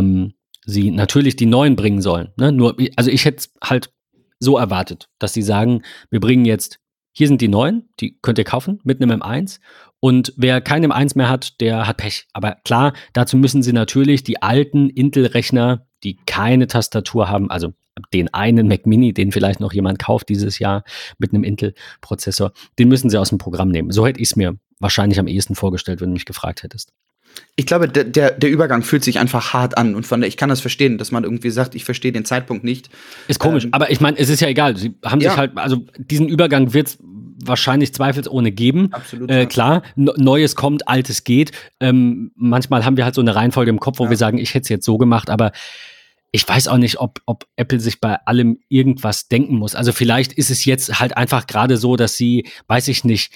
sie natürlich die neuen bringen sollen. Ne? Also ich hätte es halt so erwartet, dass sie sagen, wir bringen jetzt hier sind die neuen, die könnt ihr kaufen mit einem M1 und wer kein M1 mehr hat, der hat Pech. Aber klar, dazu müssen sie natürlich die alten Intel-Rechner, die keine Tastatur haben, also den einen Mac Mini, den vielleicht noch jemand kauft dieses Jahr mit einem Intel-Prozessor, den müssen sie aus dem Programm nehmen. So hätte ich es mir wahrscheinlich am ehesten vorgestellt, wenn du mich gefragt hättest. Ich glaube, der Übergang fühlt sich einfach hart an und ich kann das verstehen, dass man irgendwie sagt, ich verstehe den Zeitpunkt nicht. Ist komisch, aber ich meine, es ist ja egal. Sie haben sich halt, also diesen Übergang wird es wahrscheinlich zweifelsohne geben. Absolut. Klar, Neues kommt, Altes geht. Manchmal haben wir halt so eine Reihenfolge im Kopf, wo wir sagen, ich hätte es jetzt so gemacht, aber ich weiß auch nicht, ob Apple sich bei allem irgendwas denken muss. Also vielleicht ist es jetzt halt einfach gerade so, dass sie, weiß ich nicht,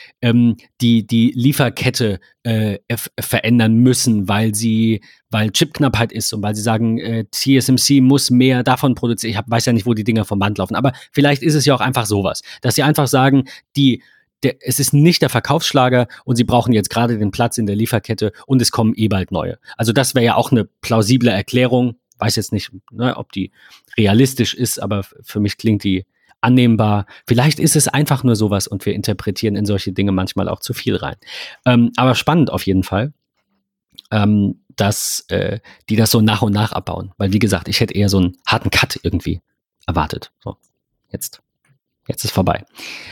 die Lieferkette verändern müssen, weil Chipknappheit ist und weil sie sagen, TSMC muss mehr davon produzieren. Ich weiß ja nicht, wo die Dinger vom Band laufen, aber vielleicht ist es ja auch einfach sowas, dass sie einfach sagen, es ist nicht der Verkaufsschlager und sie brauchen jetzt gerade den Platz in der Lieferkette und es kommen bald neue. Also das wäre ja auch eine plausible Erklärung. Weiß jetzt nicht, ne, ob die realistisch ist, aber für mich klingt die annehmbar. Vielleicht ist es einfach nur sowas und wir interpretieren in solche Dinge manchmal auch zu viel rein. Aber spannend auf jeden Fall, dass die das so nach und nach abbauen. Weil wie gesagt, ich hätte eher so einen harten Cut irgendwie erwartet. So, jetzt ist vorbei.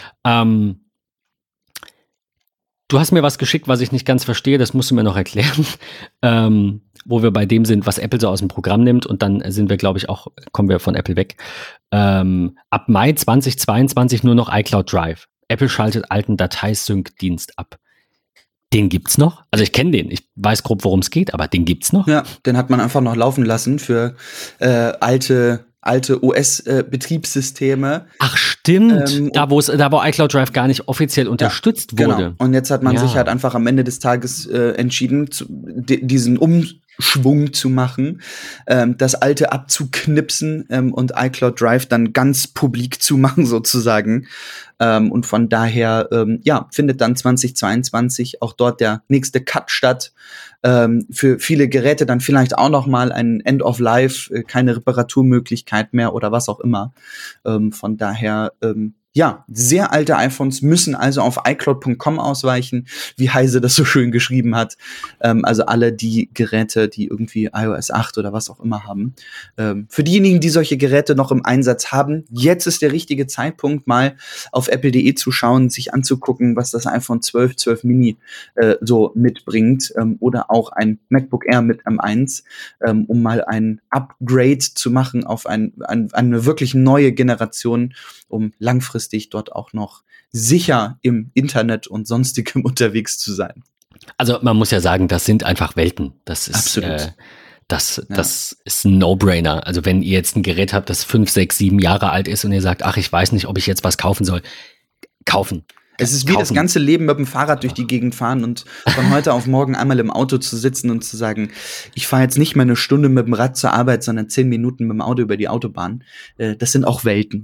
Du hast mir was geschickt, was ich nicht ganz verstehe, das musst du mir noch erklären, wo wir bei dem sind, was Apple so aus dem Programm nimmt und dann sind wir, glaube ich, kommen wir von Apple weg. Ab Mai 2022 nur noch iCloud Drive. Apple schaltet alten Dateisync-Dienst ab. Den gibt's noch? Also ich kenne den, ich weiß grob, worum es geht, aber den gibt's noch? Ja, den hat man einfach noch laufen lassen für alte OS-Betriebssysteme. Ach stimmt, da wo iCloud Drive gar nicht offiziell unterstützt wurde. Genau. Und jetzt hat man sich halt einfach am Ende des Tages entschieden, diesen Schwung zu machen, das alte abzuknipsen und iCloud Drive dann ganz publik zu machen sozusagen. Und von daher, findet dann 2022 auch dort der nächste Cut statt. Für viele Geräte dann vielleicht auch noch mal ein End of Life, keine Reparaturmöglichkeit mehr oder was auch immer. Von daher, sehr alte iPhones müssen also auf iCloud.com ausweichen, wie Heise das so schön geschrieben hat. Also alle die Geräte, die irgendwie iOS 8 oder was auch immer haben. Für diejenigen, die solche Geräte noch im Einsatz haben, jetzt ist der richtige Zeitpunkt, mal auf apple.de zu schauen, sich anzugucken, was das iPhone 12 Mini so mitbringt, oder auch ein MacBook Air mit M1, um mal ein Upgrade zu machen auf eine wirklich neue Generation, um langfristig dort auch noch sicher im Internet und sonstigem unterwegs zu sein. Also man muss ja sagen, das sind einfach Welten. Das ist Absolut. Das ist ein No-Brainer. Also wenn ihr jetzt ein Gerät habt, das 5, 6, 7 Jahre alt ist und ihr sagt, ach, ich weiß nicht, ob ich jetzt was kaufen soll, kaufen. Es ist wie das ganze Leben mit dem Fahrrad durch die Gegend fahren und von heute auf morgen einmal im Auto zu sitzen und zu sagen, ich fahre jetzt nicht mehr eine Stunde mit dem Rad zur Arbeit, sondern 10 Minuten mit dem Auto über die Autobahn. Das sind auch Welten.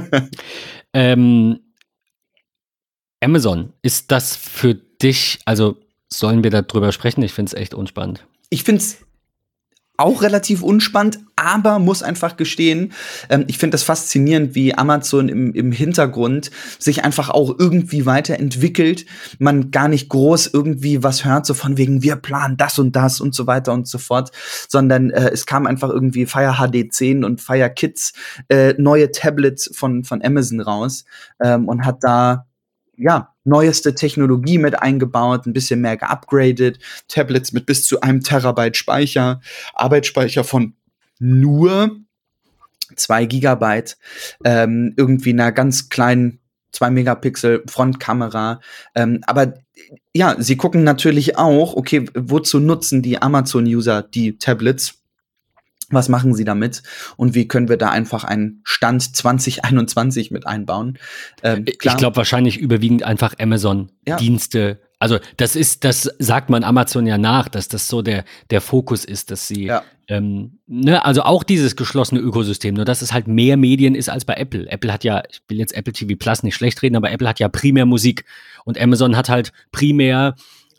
Amazon, ist das für dich, also sollen wir darüber sprechen? Ich finde es echt unspannend. Ich finde es auch relativ unspannend, aber muss einfach gestehen, ich finde das faszinierend, wie Amazon im Hintergrund sich einfach auch irgendwie weiterentwickelt. Man gar nicht groß irgendwie was hört, so von wegen, wir planen das und so weiter und so fort, sondern es kam einfach irgendwie Fire HD 10 und Fire Kids, neue Tablets von Amazon raus, und hat da neueste Technologie mit eingebaut, ein bisschen mehr geupgradet, Tablets mit bis zu 1 Terabyte Speicher, Arbeitsspeicher von nur 2 Gigabyte, irgendwie einer ganz kleinen 2 Megapixel Frontkamera, aber ja, sie gucken natürlich auch, okay, wozu nutzen die Amazon-User die Tablets? Was machen sie damit? Und wie können wir da einfach einen Stand 2021 mit einbauen? Ich glaube wahrscheinlich überwiegend einfach Amazon-Dienste. Ja. Also das sagt man Amazon ja nach, dass das so der Fokus ist, dass sie, also auch dieses geschlossene Ökosystem, nur dass es halt mehr Medien ist als bei Apple. Apple hat ja, ich will jetzt Apple TV Plus nicht schlecht reden, aber Apple hat ja primär Musik und Amazon hat halt primär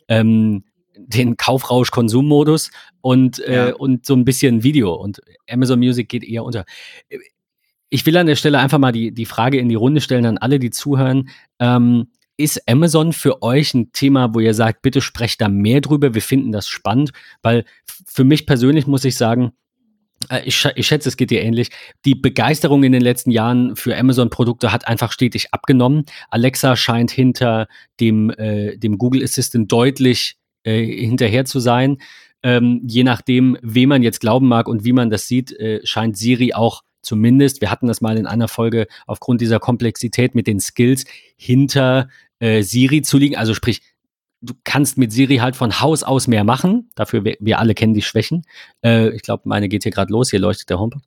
den Kaufrausch-Konsummodus und so ein bisschen Video und Amazon Music geht eher unter. Ich will an der Stelle einfach mal die Frage in die Runde stellen an alle, die zuhören. Ist Amazon für euch ein Thema, wo ihr sagt, bitte sprecht da mehr drüber, wir finden das spannend, weil für mich persönlich muss ich sagen, ich schätze, es geht dir ähnlich. Die Begeisterung in den letzten Jahren für Amazon-Produkte hat einfach stetig abgenommen. Alexa scheint hinter dem Google Assistant deutlich hinterher zu sein. Je nachdem, wem man jetzt glauben mag und wie man das sieht, scheint Siri auch zumindest, wir hatten das mal in einer Folge, aufgrund dieser Komplexität mit den Skills hinter Siri zu liegen. Also sprich, du kannst mit Siri halt von Haus aus mehr machen. Dafür, wir alle kennen die Schwächen. Ich glaube, meine geht hier gerade los. Hier leuchtet der HomePod.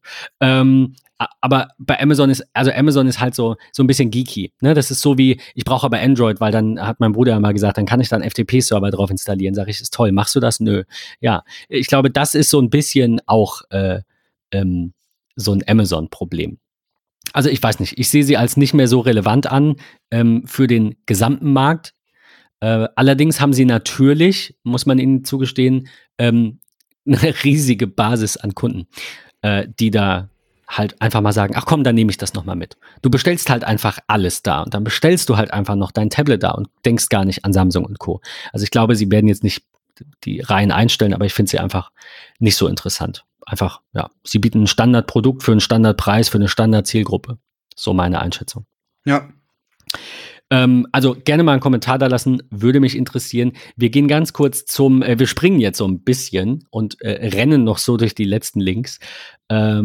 Aber bei Amazon ist halt so ein bisschen geeky. Ne? Das ist so wie, ich brauche aber Android, weil dann hat mein Bruder ja mal gesagt, dann kann ich dann FTP-Server drauf installieren. Sag ich, ist toll. Machst du das? Nö. Ja, ich glaube, das ist so ein bisschen auch so ein Amazon-Problem. Also ich weiß nicht, ich sehe sie als nicht mehr so relevant an für den gesamten Markt. Allerdings haben sie natürlich, muss man ihnen zugestehen, eine riesige Basis an Kunden, die da halt einfach mal sagen, ach komm, dann nehme ich das nochmal mit. Du bestellst halt einfach alles da und dann bestellst du halt einfach noch dein Tablet da und denkst gar nicht an Samsung und Co. Also ich glaube, sie werden jetzt nicht die Reihen einstellen, aber ich finde sie einfach nicht so interessant. Einfach, ja, sie bieten ein Standardprodukt für einen Standardpreis, für eine Standardzielgruppe. So meine Einschätzung. Ja. Also gerne mal einen Kommentar da lassen, würde mich interessieren. Wir gehen ganz kurz wir springen jetzt so ein bisschen und rennen noch so durch die letzten Links.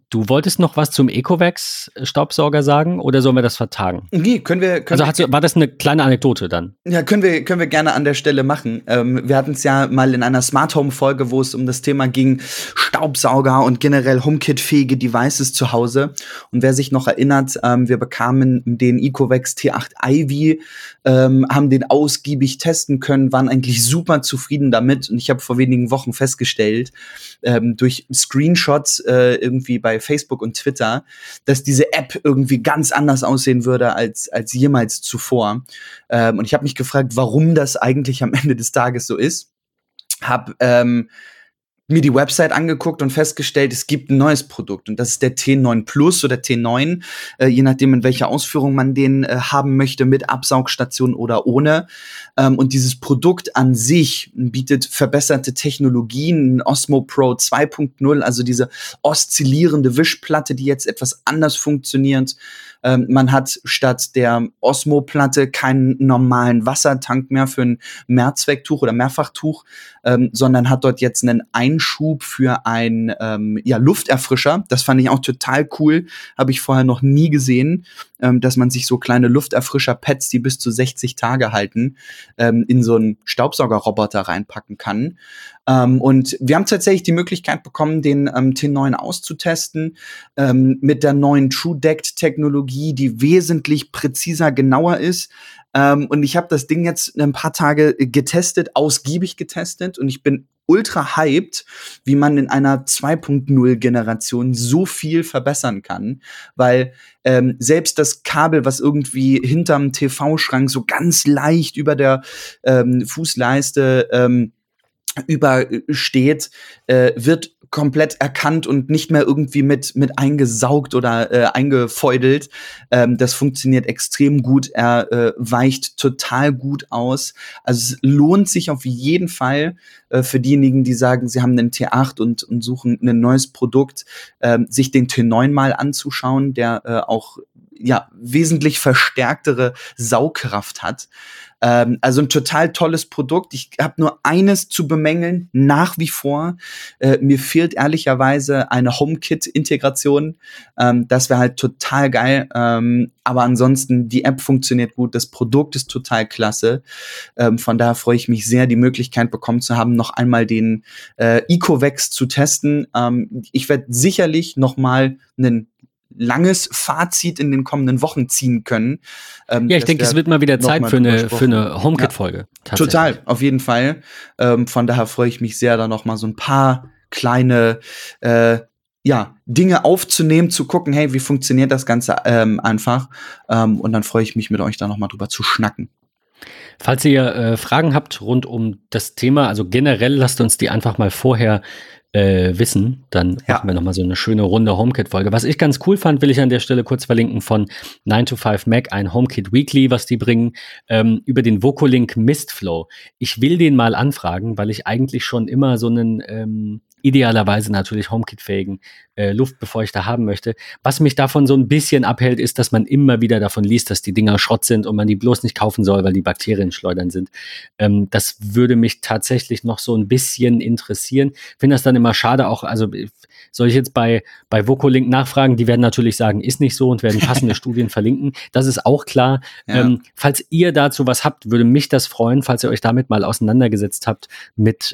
du wolltest noch was zum Ecovacs-Staubsauger sagen oder sollen wir das vertagen? Nee, war das eine kleine Anekdote dann? Ja, können wir gerne an der Stelle machen. Wir hatten es ja mal in einer Smart Home Folge, wo es um das Thema ging, Staubsauger und generell HomeKit-fähige Devices zu Hause. Und wer sich noch erinnert, wir bekamen den Ecovacs T8 Ivy, haben den ausgiebig testen können, waren eigentlich super zufrieden damit. Und ich habe vor wenigen Wochen festgestellt, durch Screenshots irgendwie bei Facebook und Twitter, dass diese App irgendwie ganz anders aussehen würde als jemals zuvor. Und ich habe mich gefragt, warum das eigentlich am Ende des Tages so ist. Hab mir die Website angeguckt und festgestellt, es gibt ein neues Produkt und das ist der T9 Plus oder T9, je nachdem in welcher Ausführung man den haben möchte, mit Absaugstation oder ohne. Und dieses Produkt an sich bietet verbesserte Technologien, Osmo Pro 2.0, also diese oszillierende Wischplatte, die jetzt etwas anders funktioniert. Man hat statt der Osmo-Platte keinen normalen Wassertank mehr für ein Mehrzwecktuch oder Mehrfachtuch, sondern hat dort jetzt einen Einschub für ein Lufterfrischer. Das fand ich auch total cool, habe ich vorher noch nie gesehen, dass man sich so kleine Lufterfrischer-Pads, die bis zu 60 Tage halten, in so einen Staubsaugerroboter reinpacken kann. Und wir haben tatsächlich die Möglichkeit bekommen, den T9 auszutesten mit der neuen TrueDect-Technologie, die wesentlich präziser, genauer ist. Und ich habe das Ding jetzt ein paar Tage getestet, ausgiebig getestet. Und ich bin ultra hyped, wie man in einer 2.0-Generation so viel verbessern kann. Weil selbst das Kabel, was irgendwie hinterm TV-Schrank so ganz leicht über der Fußleiste übersteht, wird komplett erkannt und nicht mehr irgendwie mit eingesaugt oder eingefäudelt. Das funktioniert extrem gut. Er weicht total gut aus. Also es lohnt sich auf jeden Fall für diejenigen, die sagen, sie haben einen T8 und suchen ein neues Produkt, sich den T9 mal anzuschauen, der auch wesentlich verstärktere Saugkraft hat. Also ein total tolles Produkt. Ich habe nur eines zu bemängeln, nach wie vor. Mir fehlt ehrlicherweise eine HomeKit-Integration. Das wäre halt total geil. Aber ansonsten, die App funktioniert gut, das Produkt ist total klasse. Von daher freue ich mich sehr, die Möglichkeit bekommen zu haben, noch einmal den Ecovacs zu testen. Ich werde sicherlich noch mal einen langes Fazit in den kommenden Wochen ziehen können. Ich denke, es wird mal wieder Zeit für eine HomeKit-Folge. Ja, total, auf jeden Fall. Von daher freue ich mich sehr, da noch mal so ein paar kleine Dinge aufzunehmen, zu gucken, hey, wie funktioniert das Ganze einfach. Und dann freue ich mich, mit euch da noch mal drüber zu schnacken. Falls ihr Fragen habt rund um das Thema, also generell lasst uns die einfach mal vorher wissen, dann machen wir nochmal so eine schöne runde HomeKit-Folge. Was ich ganz cool fand, will ich an der Stelle kurz verlinken von 9to5Mac, ein HomeKit Weekly, was die bringen, über den Vocolink Mistflow. Ich will den mal anfragen, weil ich eigentlich schon immer so einen idealerweise natürlich HomeKit-fähigen Luftbefeuchter haben möchte. Was mich davon so ein bisschen abhält, ist, dass man immer wieder davon liest, dass die Dinger Schrott sind und man die bloß nicht kaufen soll, weil die Bakterien schleudern sind. Das würde mich tatsächlich noch so ein bisschen interessieren. Finde das dann immer schade auch, also soll ich jetzt bei Vocolink nachfragen? Die werden natürlich sagen, ist nicht so und werden passende Studien verlinken. Das ist auch klar. Ja. Falls ihr dazu was habt, würde mich das freuen, falls ihr euch damit mal auseinandergesetzt habt mit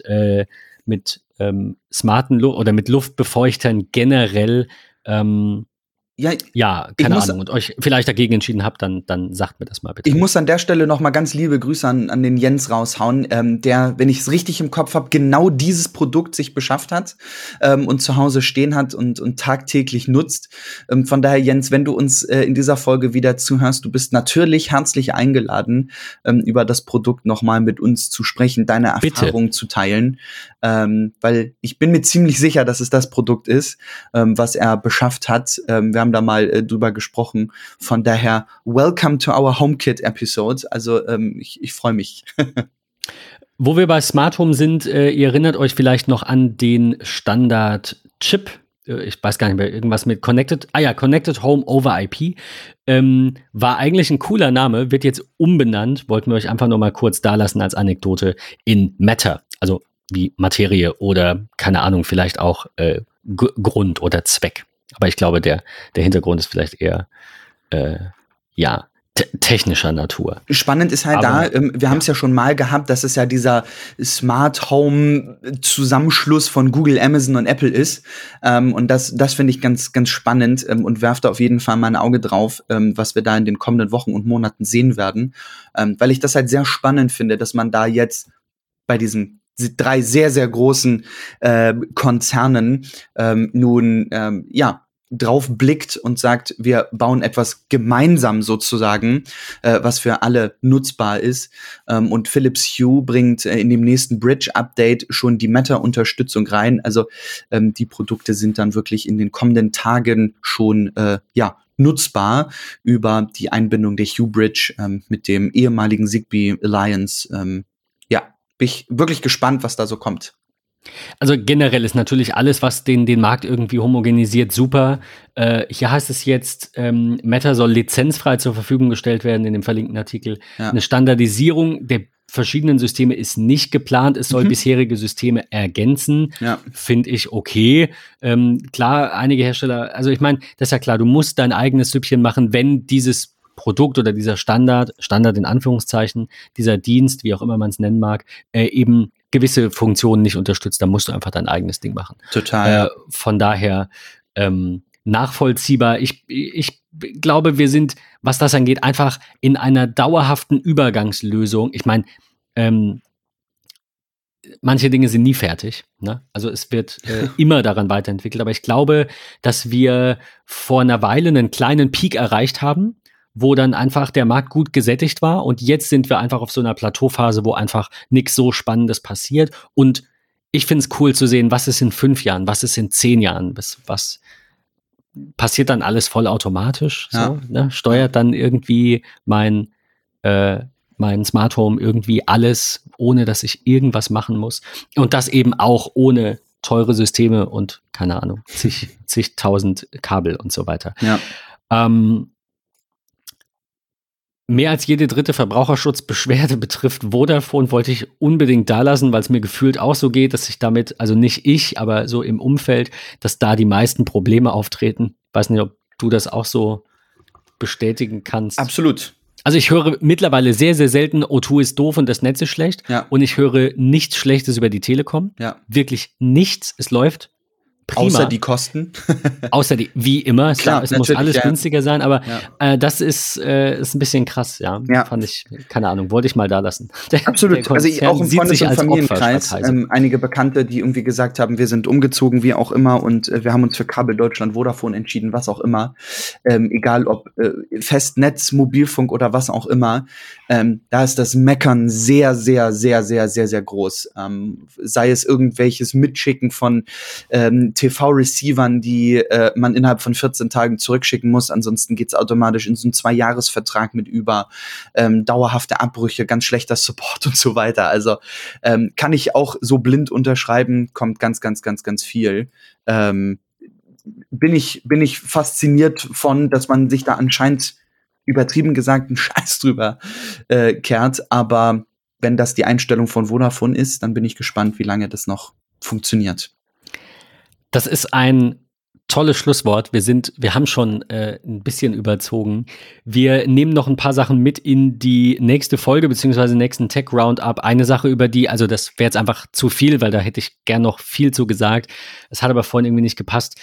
smarten oder mit Luftbefeuchtern generell. Keine Ahnung. Und euch vielleicht dagegen entschieden habt, dann sagt mir das mal bitte. Ich muss an der Stelle noch mal ganz liebe Grüße an den Jens raushauen, der, wenn ich es richtig im Kopf habe, genau dieses Produkt sich beschafft hat und zu Hause stehen hat und tagtäglich nutzt. Von daher, Jens, wenn du uns in dieser Folge wieder zuhörst, du bist natürlich herzlich eingeladen, über das Produkt noch mal mit uns zu sprechen, deine Erfahrungen zu teilen. Weil ich bin mir ziemlich sicher, dass es das Produkt ist, was er beschafft hat. Wir haben da mal drüber gesprochen. Von daher, welcome to our HomeKit-Episode. Also ich freue mich. Wo wir bei Smart Home sind, ihr erinnert euch vielleicht noch an den Standard-Chip. Ich weiß gar nicht mehr, irgendwas mit Connected Home over IP. War eigentlich ein cooler Name, wird jetzt umbenannt, wollten wir euch einfach nur mal kurz da lassen als Anekdote, in Matter. Also wie Materie oder, keine Ahnung, vielleicht auch Grund oder Zweck. Aber ich glaube, der Hintergrund ist vielleicht eher, technischer Natur. Spannend ist halt wir haben es ja schon mal gehabt, dass es ja dieser Smart Home Zusammenschluss von Google, Amazon und Apple ist. Und das finde ich ganz, ganz spannend und werfe da auf jeden Fall mal ein Auge drauf, was wir da in den kommenden Wochen und Monaten sehen werden. Weil ich das halt sehr spannend finde, dass man da jetzt bei diesen 3 sehr, sehr großen Konzernen drauf blickt und sagt, wir bauen etwas gemeinsam sozusagen, was für alle nutzbar ist. Und Philips Hue bringt in dem nächsten Bridge-Update schon die Meta-Unterstützung rein. Also die Produkte sind dann wirklich in den kommenden Tagen schon nutzbar über die Einbindung der Hue Bridge mit dem ehemaligen Zigbee Alliance. Bin ich wirklich gespannt, was da so kommt. Also generell ist natürlich alles, was den Markt irgendwie homogenisiert, super. Hier heißt es jetzt, Meta soll lizenzfrei zur Verfügung gestellt werden in dem verlinkten Artikel. Ja. Eine Standardisierung der verschiedenen Systeme ist nicht geplant. Es soll bisherige Systeme ergänzen. Ja. Finde ich okay. Klar, einige Hersteller, also ich meine, das ist ja klar, du musst dein eigenes Süppchen machen, wenn dieses Produkt oder dieser Standard in Anführungszeichen, dieser Dienst, wie auch immer man es nennen mag, eben gewisse Funktionen nicht unterstützt, dann musst du einfach dein eigenes Ding machen. Total. Von daher nachvollziehbar. Ich glaube, wir sind, was das angeht, einfach in einer dauerhaften Übergangslösung. Ich meine, manche Dinge sind nie fertig, ne? Also es wird immer daran weiterentwickelt, aber ich glaube, dass wir vor einer Weile einen kleinen Peak erreicht haben, wo dann einfach der Markt gut gesättigt war und jetzt sind wir einfach auf so einer Plateauphase, wo einfach nichts so Spannendes passiert und ich finde es cool zu sehen, was ist in 5 Jahren, was ist in 10 Jahren, was passiert dann alles vollautomatisch, so, ne? Steuert dann irgendwie mein Smart Home irgendwie alles, ohne dass ich irgendwas machen muss und das eben auch ohne teure Systeme und keine Ahnung, zigtausend Kabel und so weiter. Ja. Mehr als jede dritte Verbraucherschutzbeschwerde betrifft Vodafone, wollte ich unbedingt da lassen, weil es mir gefühlt auch so geht, dass ich damit, also nicht ich, aber so im Umfeld, dass da die meisten Probleme auftreten. Weiß nicht, ob du das auch so bestätigen kannst. Absolut. Also ich höre mittlerweile sehr, sehr selten, O2 ist doof und das Netz ist schlecht. Ja. Und ich höre nichts Schlechtes über die Telekom. Ja. Wirklich nichts. Es läuft prima. Außer die Kosten. Wie immer. Klar, es muss alles günstiger sein, aber das ist ein bisschen krass, ja. Fand ich, keine Ahnung, wollte ich mal da lassen. Absolut. Also auch im Freundes- und Familienkreis einige Bekannte, die irgendwie gesagt haben, wir sind umgezogen, wie auch immer, und wir haben uns für Kabel Deutschland, Vodafone entschieden, was auch immer. Egal ob Festnetz, Mobilfunk oder was auch immer. Da ist das Meckern sehr, sehr, sehr, sehr, sehr, sehr groß. Sei es irgendwelches Mitschicken von TV-Receivern, die man innerhalb von 14 Tagen zurückschicken muss. Ansonsten geht's automatisch in so einen 2-Jahres-Vertrag mit über dauerhafte Abbrüche, ganz schlechter Support und so weiter. Also kann ich auch so blind unterschreiben, kommt ganz, ganz, ganz, ganz viel. Bin ich fasziniert von, dass man sich da anscheinend übertrieben gesagt einen Scheiß drüber kehrt. Aber wenn das die Einstellung von Vodafone ist, dann bin ich gespannt, wie lange das noch funktioniert. Das ist ein tolles Schlusswort. Wir haben schon ein bisschen überzogen. Wir nehmen noch ein paar Sachen mit in die nächste Folge, beziehungsweise nächsten Tech Roundup. Eine Sache über die, also das wäre jetzt einfach zu viel, weil da hätte ich gern noch viel zu gesagt. Es hat aber vorhin irgendwie nicht gepasst.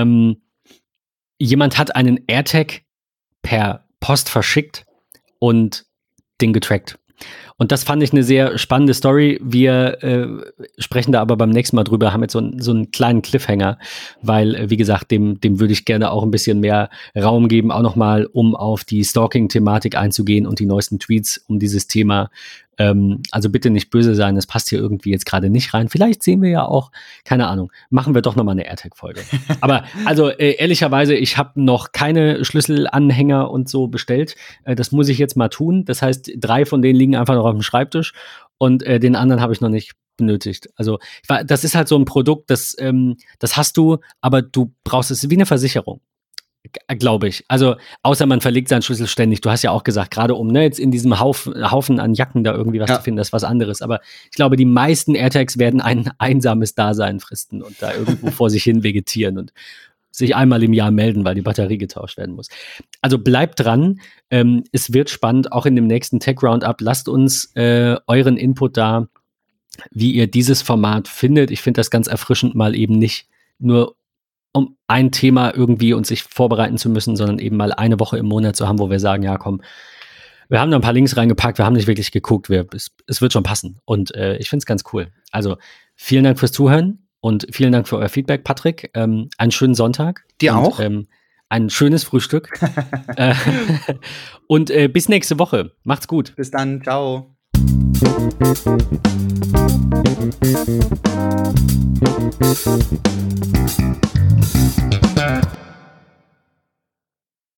Jemand hat einen AirTag per Post verschickt und den getrackt. Und das fand ich eine sehr spannende Story. Wir sprechen da aber beim nächsten Mal drüber, haben jetzt so einen kleinen Cliffhanger, weil, wie gesagt, dem würde ich gerne auch ein bisschen mehr Raum geben, auch nochmal, um auf die Stalking-Thematik einzugehen und die neuesten Tweets um dieses Thema. Also bitte nicht böse sein, das passt hier irgendwie jetzt gerade nicht rein. Vielleicht sehen wir ja auch, keine Ahnung, machen wir doch nochmal eine AirTag-Folge. Aber also ehrlicherweise, ich habe noch keine Schlüsselanhänger und so bestellt. Das muss ich jetzt mal tun. Das heißt, 3 von denen liegen einfach noch auf dem Schreibtisch und den anderen habe ich noch nicht benötigt. Also das ist halt so ein Produkt, das hast du, aber du brauchst es wie eine Versicherung. Glaube ich. Also, außer man verlegt seinen Schlüssel ständig. Du hast ja auch gesagt, gerade um jetzt in diesem Haufen an Jacken da irgendwie was zu finden, das ist was anderes. Aber ich glaube, die meisten AirTags werden ein einsames Dasein fristen und da irgendwo vor sich hin vegetieren. Und sich einmal im Jahr melden, weil die Batterie getauscht werden muss. Also bleibt dran. Es wird spannend, auch in dem nächsten Tech Roundup. Lasst uns euren Input da, wie ihr dieses Format findet. Ich finde das ganz erfrischend, mal eben nicht nur um ein Thema irgendwie und sich vorbereiten zu müssen, sondern eben mal eine Woche im Monat zu haben, wo wir sagen, ja komm, wir haben da ein paar Links reingepackt, wir haben nicht wirklich geguckt, es wird schon passen. Und ich finde es ganz cool. Also vielen Dank fürs Zuhören und vielen Dank für euer Feedback, Patrick. Einen schönen Sonntag. Dir und, auch. Ein schönes Frühstück. Und bis nächste Woche. Macht's gut. Bis dann. Ciao.